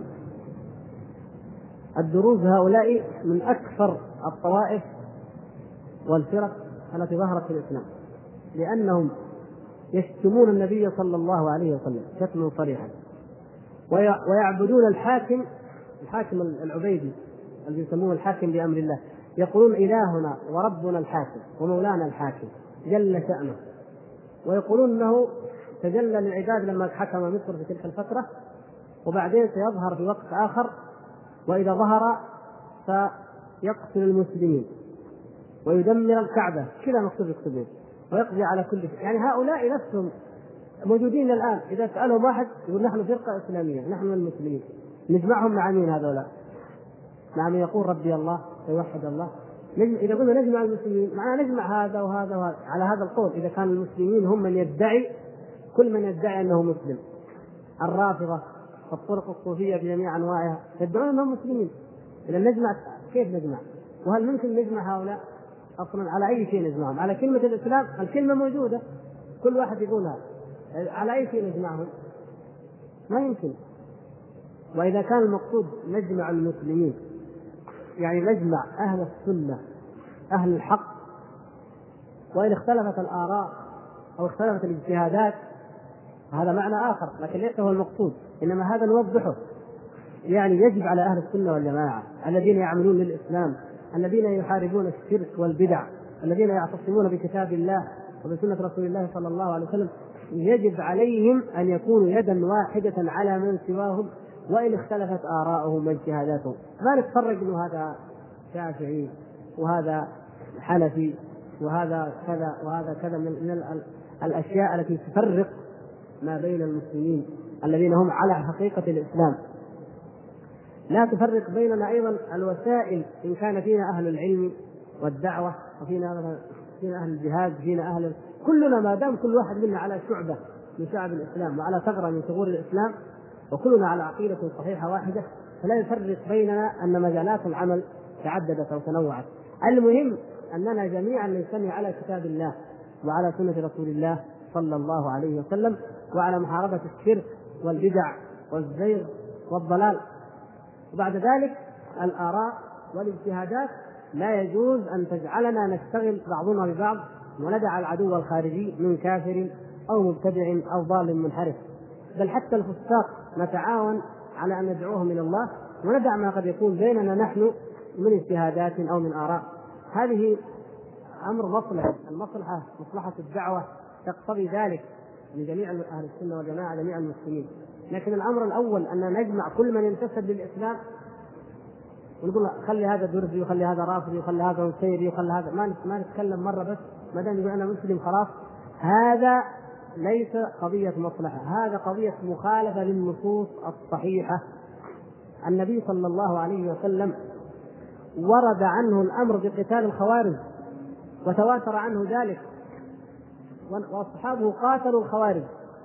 الدروز هؤلاء من أكثر الطوائف والفرق التي ظهرت في الإسلام، لأنهم يشتمون النبي صلى الله عليه وسلم شتما صريحا، ويعبدون الحاكم الحاكم العبيدي الذي يسمونه الحاكم بأمر الله، يقولون إلهنا وربنا الحاكم ومولانا الحاكم جل شأنه. ويقولون أنه تجلى للعباد لما حكم مصر في تلك الفترة، وبعدين سيظهر في وقت آخر، وإذا ظهر فيقتل المسلمين ويدمر الكعبة، كذا مكتوب يكتبون، ويقضي على كل شيء. يعني هؤلاء نفسهم موجودين الآن، إذا سألهم واحد يقول نحن فرقة إسلامية، نحن المسلمين، نجمعهم مع مين هذولا؟ مع من يقول ربي الله ويوحد الله. إذا قلنا نجمع المسلمين معنا نجمع هذا وهذا وهذا على هذا القول. إذا كان المسلمين هم من يدعي، كل من يدعي أنه مسلم، الرافضة والطرق الصوفية بجميع أنواعها يدعون أنهم مسلمين، إذا نجمع كيف نجمع؟ وهل ممكن نجمع هؤلاء أصلا؟ على أي شيء نجمعهم؟ على كلمة الإسلام؟ الكلمة موجودة كل واحد يقولها، على أي شيء نجمعهم؟ ما يمكن. وإذا كان المقصود نجمع المسلمين يعني نجمع أهل السنة أهل الحق، وإن اختلفت الآراء أو اختلفت الاجتهادات هذا معنى آخر، لكن ليس هو المقصود، إنما هذا نوضحه. يعني يجب على أهل السنة والجماعة الذين يعملون للإسلام، الذين يحاربون الشرك والبدع، الذين يعتصمون بكتاب الله وبسنة رسول الله صلى الله عليه وسلم، يجب عليهم أن يكونوا يدا واحدة على من سواهم، وإن اختلفت آراءهم واجتهاداتهم. ما نتفرق إنه هذا شافعي وهذا حنفي وهذا كذا وهذا كذا من الأشياء التي تفرق ما بين المسلمين الذين هم على حقيقة الإسلام. لا تفرق بيننا أيضا الوسائل، إن كان فينا أهل العلم والدعوة وفينا فينا أهل الجهاد، فينا أهل كلنا، ما دام كل واحد منا على شعبة من شعب الإسلام وعلى ثغرة من ثغور الإسلام، وكلنا على عقيدة صحيحة واحدة، فلا يفرق بيننا أن مجالات العمل تعددت أو تنوعت. المهم أننا جميعا نجتمع على كتاب الله وعلى سنة رسول الله صلى الله عليه وسلم، وعلى محاربة الشرك والبدع والزيغ والضلال. وبعد ذلك الآراء والاجتهادات لا يجوز أن تجعلنا نشتغل بعضنا ببعض وندع العدو الخارجي من كافر أو مبتدع أو ضال منحرف، بل حتى الفساق نتعاون على أن ندعوهم إلى الله، وندع ما قد يكون بيننا نحن من اجتهادات أو من آراء. هذه أمر مصلحة، المصلحة مصلحة الدعوة تقتضي ذلك من جميع أهل السنة والجماعة جميع المسلمين. لكن الأمر الأول أن نجمع كل من ينتسب للإسلام ونقول خلي هذا درزي وخلي هذا رافضي وخلي هذا نسيري وخلي هذا، ما ما نتكلم مرة بس ما دام يقول أنا مسلم خلاص. هذا ليس قضية مصلحة، هذا قضية مخالفة للنصوص الصحيحة. النبي صلى الله عليه وسلم ورد عنه الأمر بقتال الخوارج وتواتر عنه ذلك، وأصحابه قاتلوا الخوارج.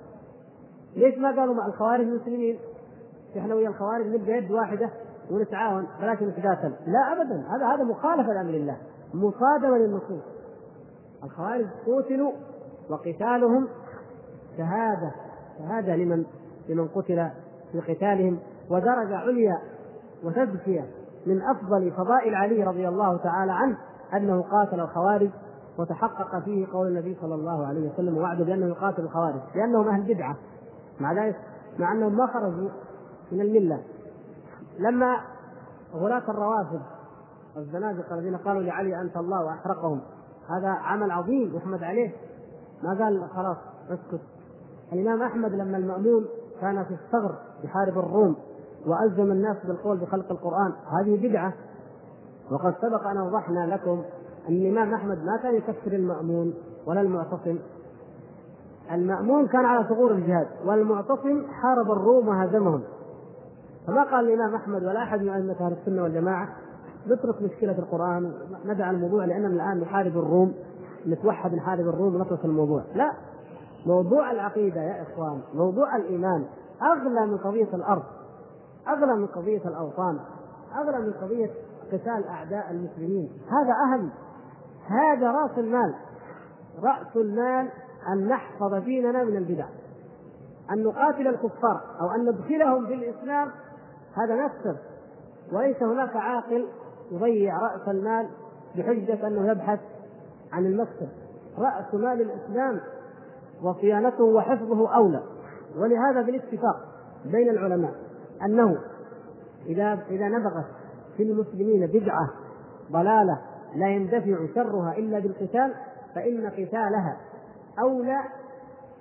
ليش ما قالوا مع الخوارج مسلمين؟ احنا ويا الخوارج نبقى يد واحدة ونتعاون ولكن نتقاتل؟ لا أبدا، هذا هذا مخالفة لأمر الله، مصادمة للنصوص. الخوارج قتلوا وقتالهم شهادة شهادة لمن لمن قتل في قتالهم، ودرجة عليا وتزكية من أفضل فضائل علي رضي الله تعالى عنه أنه قاتل الخوارج، وتحقق فيه قول النبي صلى الله عليه وسلم ووعده بأنه يقاتل الخوارج لأنهم أهل بدعة، مع ذلك مع أنهم ما خرجوا من الملة. لما غلاة الروافض الزنادقة الذين قالوا لعلي أنت الله وأحرقهم، هذا عمل عظيم يحمد عليه، ما قال خلاص اسكت. الإمام أحمد لما المأمون كان في الثغر يحارب الروم وألزم الناس بالقول بخلق القرآن، هذه بدعة. وقد سبق أن وضحنا لكم أن الإمام أحمد ما كان يكفر المأمون ولا المعتصم. المأمون كان على ثغور الجهاد، والمعتصم حارب الروم وهزمهم. فما قال الإمام أحمد ولا أحد من أئمة أهل السنة والجماعة نترك مشكلة القرآن ندع الموضوع لأننا الآن نحارب الروم، نتوحد نحارب الروم ونترك الموضوع. لا، موضوع العقيدة يا إخوان، موضوع الإيمان أغلى من قضية الأرض، أغلى من قضية الأوطان، أغلى من قضية قتال أعداء المسلمين. هذا أهم، هذا رأس المال. رأس المال أن نحفظ ديننا من البدع، أن نقاتل الكفار أو أن ندخلهم في الإسلام، هذا نفسه. وليس هناك عاقل يضيع رأس المال بحجة أنه يبحث عن المكسب. رأس مال الإسلام وصيانته وحفظه أولى. ولهذا بالاتفاق بين العلماء أنه إذا إذا نبغت في المسلمين بدعة ضلالة لا يندفع شرها إلا بالقتال، فإن قتالها أولى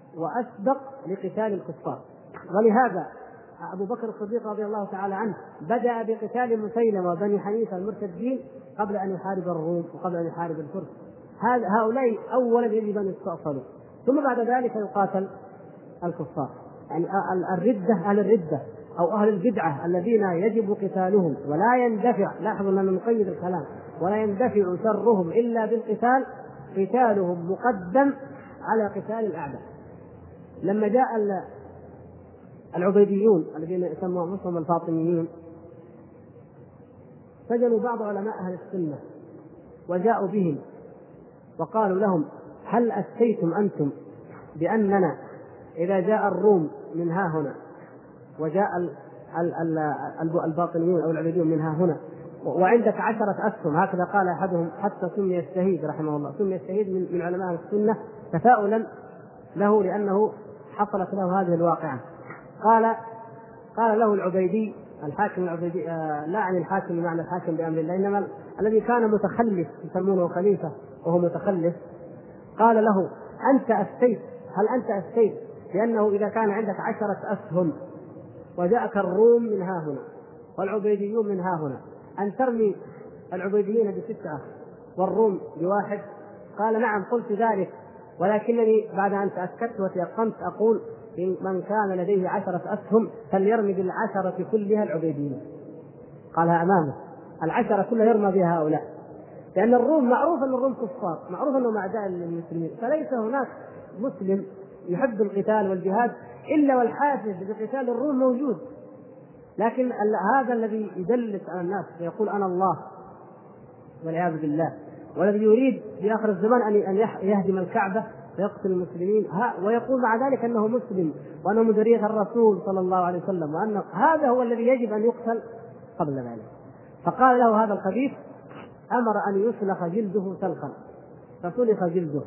وأسبق لقتال الكفار. ولهذا أبو بكر الصديق رضي الله تعالى عنه بدأ بقتال مسيلمة وبني حنيفة المرتدين قبل أن يحارب الروم وقبل أن يحارب الفرس. هؤلاء أولا يجب أن يستأصلوا، ثم بعد ذلك يقاتل الكفار. يعني الردة، أهل الردة أو أهل البدعة الذين يجب قتالهم ولا يندفع، لاحظوا أننا نقيد الكلام، ولا يندفع شرهم إلا بالقتال، قتالهم مقدم على قتال الأعداء. لما جاء العبيديون الذين يسموا أنفسهم الفاطميين سجنوا بعض علماء أهل السنة وجاءوا بهم وقالوا لهم: هل أفتيتم أنتم بأننا إذا جاء الروم من ها هنا وجاء الباطنيون أو العبيديون من ها هنا وعندك عشرة أسهم، هكذا قال أحدهم حتى سمي الشهيد رحمه الله، سمي الشهيد من علماء السنة تفاؤلا له لأنه حصلت له هذه الواقعة. قال قال له العبيدي الحاكم العبيدي، آه لا عن الحاكم بمعنى الحاكم بأمر الله، إنما الذي كان متخلف يسمونه خليفة وهو متخلف، قال له: أنت أفتيت هل أنت أفتيت لأنه إذا كان عندك عشرة أسهم وجاءك الروم من ها هنا والعبيديون من ها هنا أن ترمي العبيديين بستة والروم بواحد؟ قال: نعم قلت ذلك، ولكنني بعد أن تأكدت وتيقنت أقول إن من كان لديه عشرة أسهم فليرمي بالعشرة كلها العبيديين. قالها أمامه، العشرة كلها يرمى بها هؤلاء، لأن الروم معروف أن الروم كفار، معروف أنهم أعداء للمسلمين، فليس هناك مسلم يحب القتال والجهاد إلا والحافز بقتال الروم موجود. لكن هذا الذي يدلس على الناس ويقول أنا الله والعياذ بالله، والذي يريد في آخر الزمان أن يهدم الكعبة ويقتل المسلمين ويقول مع ذلك أنه مسلم وأنه من ذرية الرسول صلى الله عليه وسلم، وأن هذا هو الذي يجب أن يقتل قبل ذلك. فقال له هذا الخبيث: أمر أن يسلخ جلده سلخا، فسلخ جلده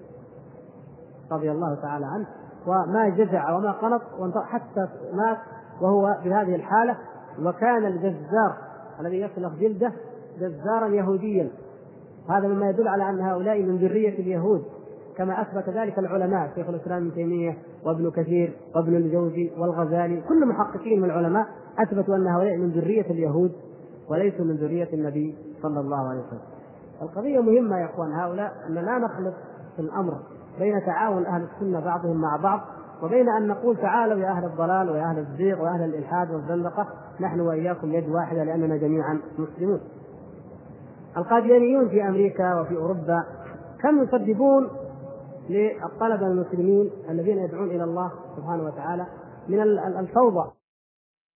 رضي الله تعالى عنه، وما جزع وما قنط حتى مات وهو بهذه الحالة. وكان الجزار الذي يسلخ جلده جزارا يهوديا، هذا مما يدل على أن هؤلاء من ذرية اليهود، كما أثبت ذلك العلماء شيخ الإسلام ابن تيمية وابن كثير وابن الجوزي والغزالي، كل محققين من العلماء أثبتوا أن هؤلاء من ذرية اليهود وليسوا من ذرية النبي صلى الله عليه وسلم. القضية مهمة يا أخوان، هؤلاء أن لا نخلط في الأمر بين تعاون أهل السنة بعضهم مع بعض وبين أن نقول تعالوا يا أهل الضلال ويا أهل الزيغ وأهل الإلحاد والزندقة نحن وإياكم يد واحدة لأننا جميعا مسلمون. القاديانيون في أمريكا وفي أوروبا كم يسببون للطلبة المسلمين الذين يدعون إلى الله سبحانه وتعالى من الفوضى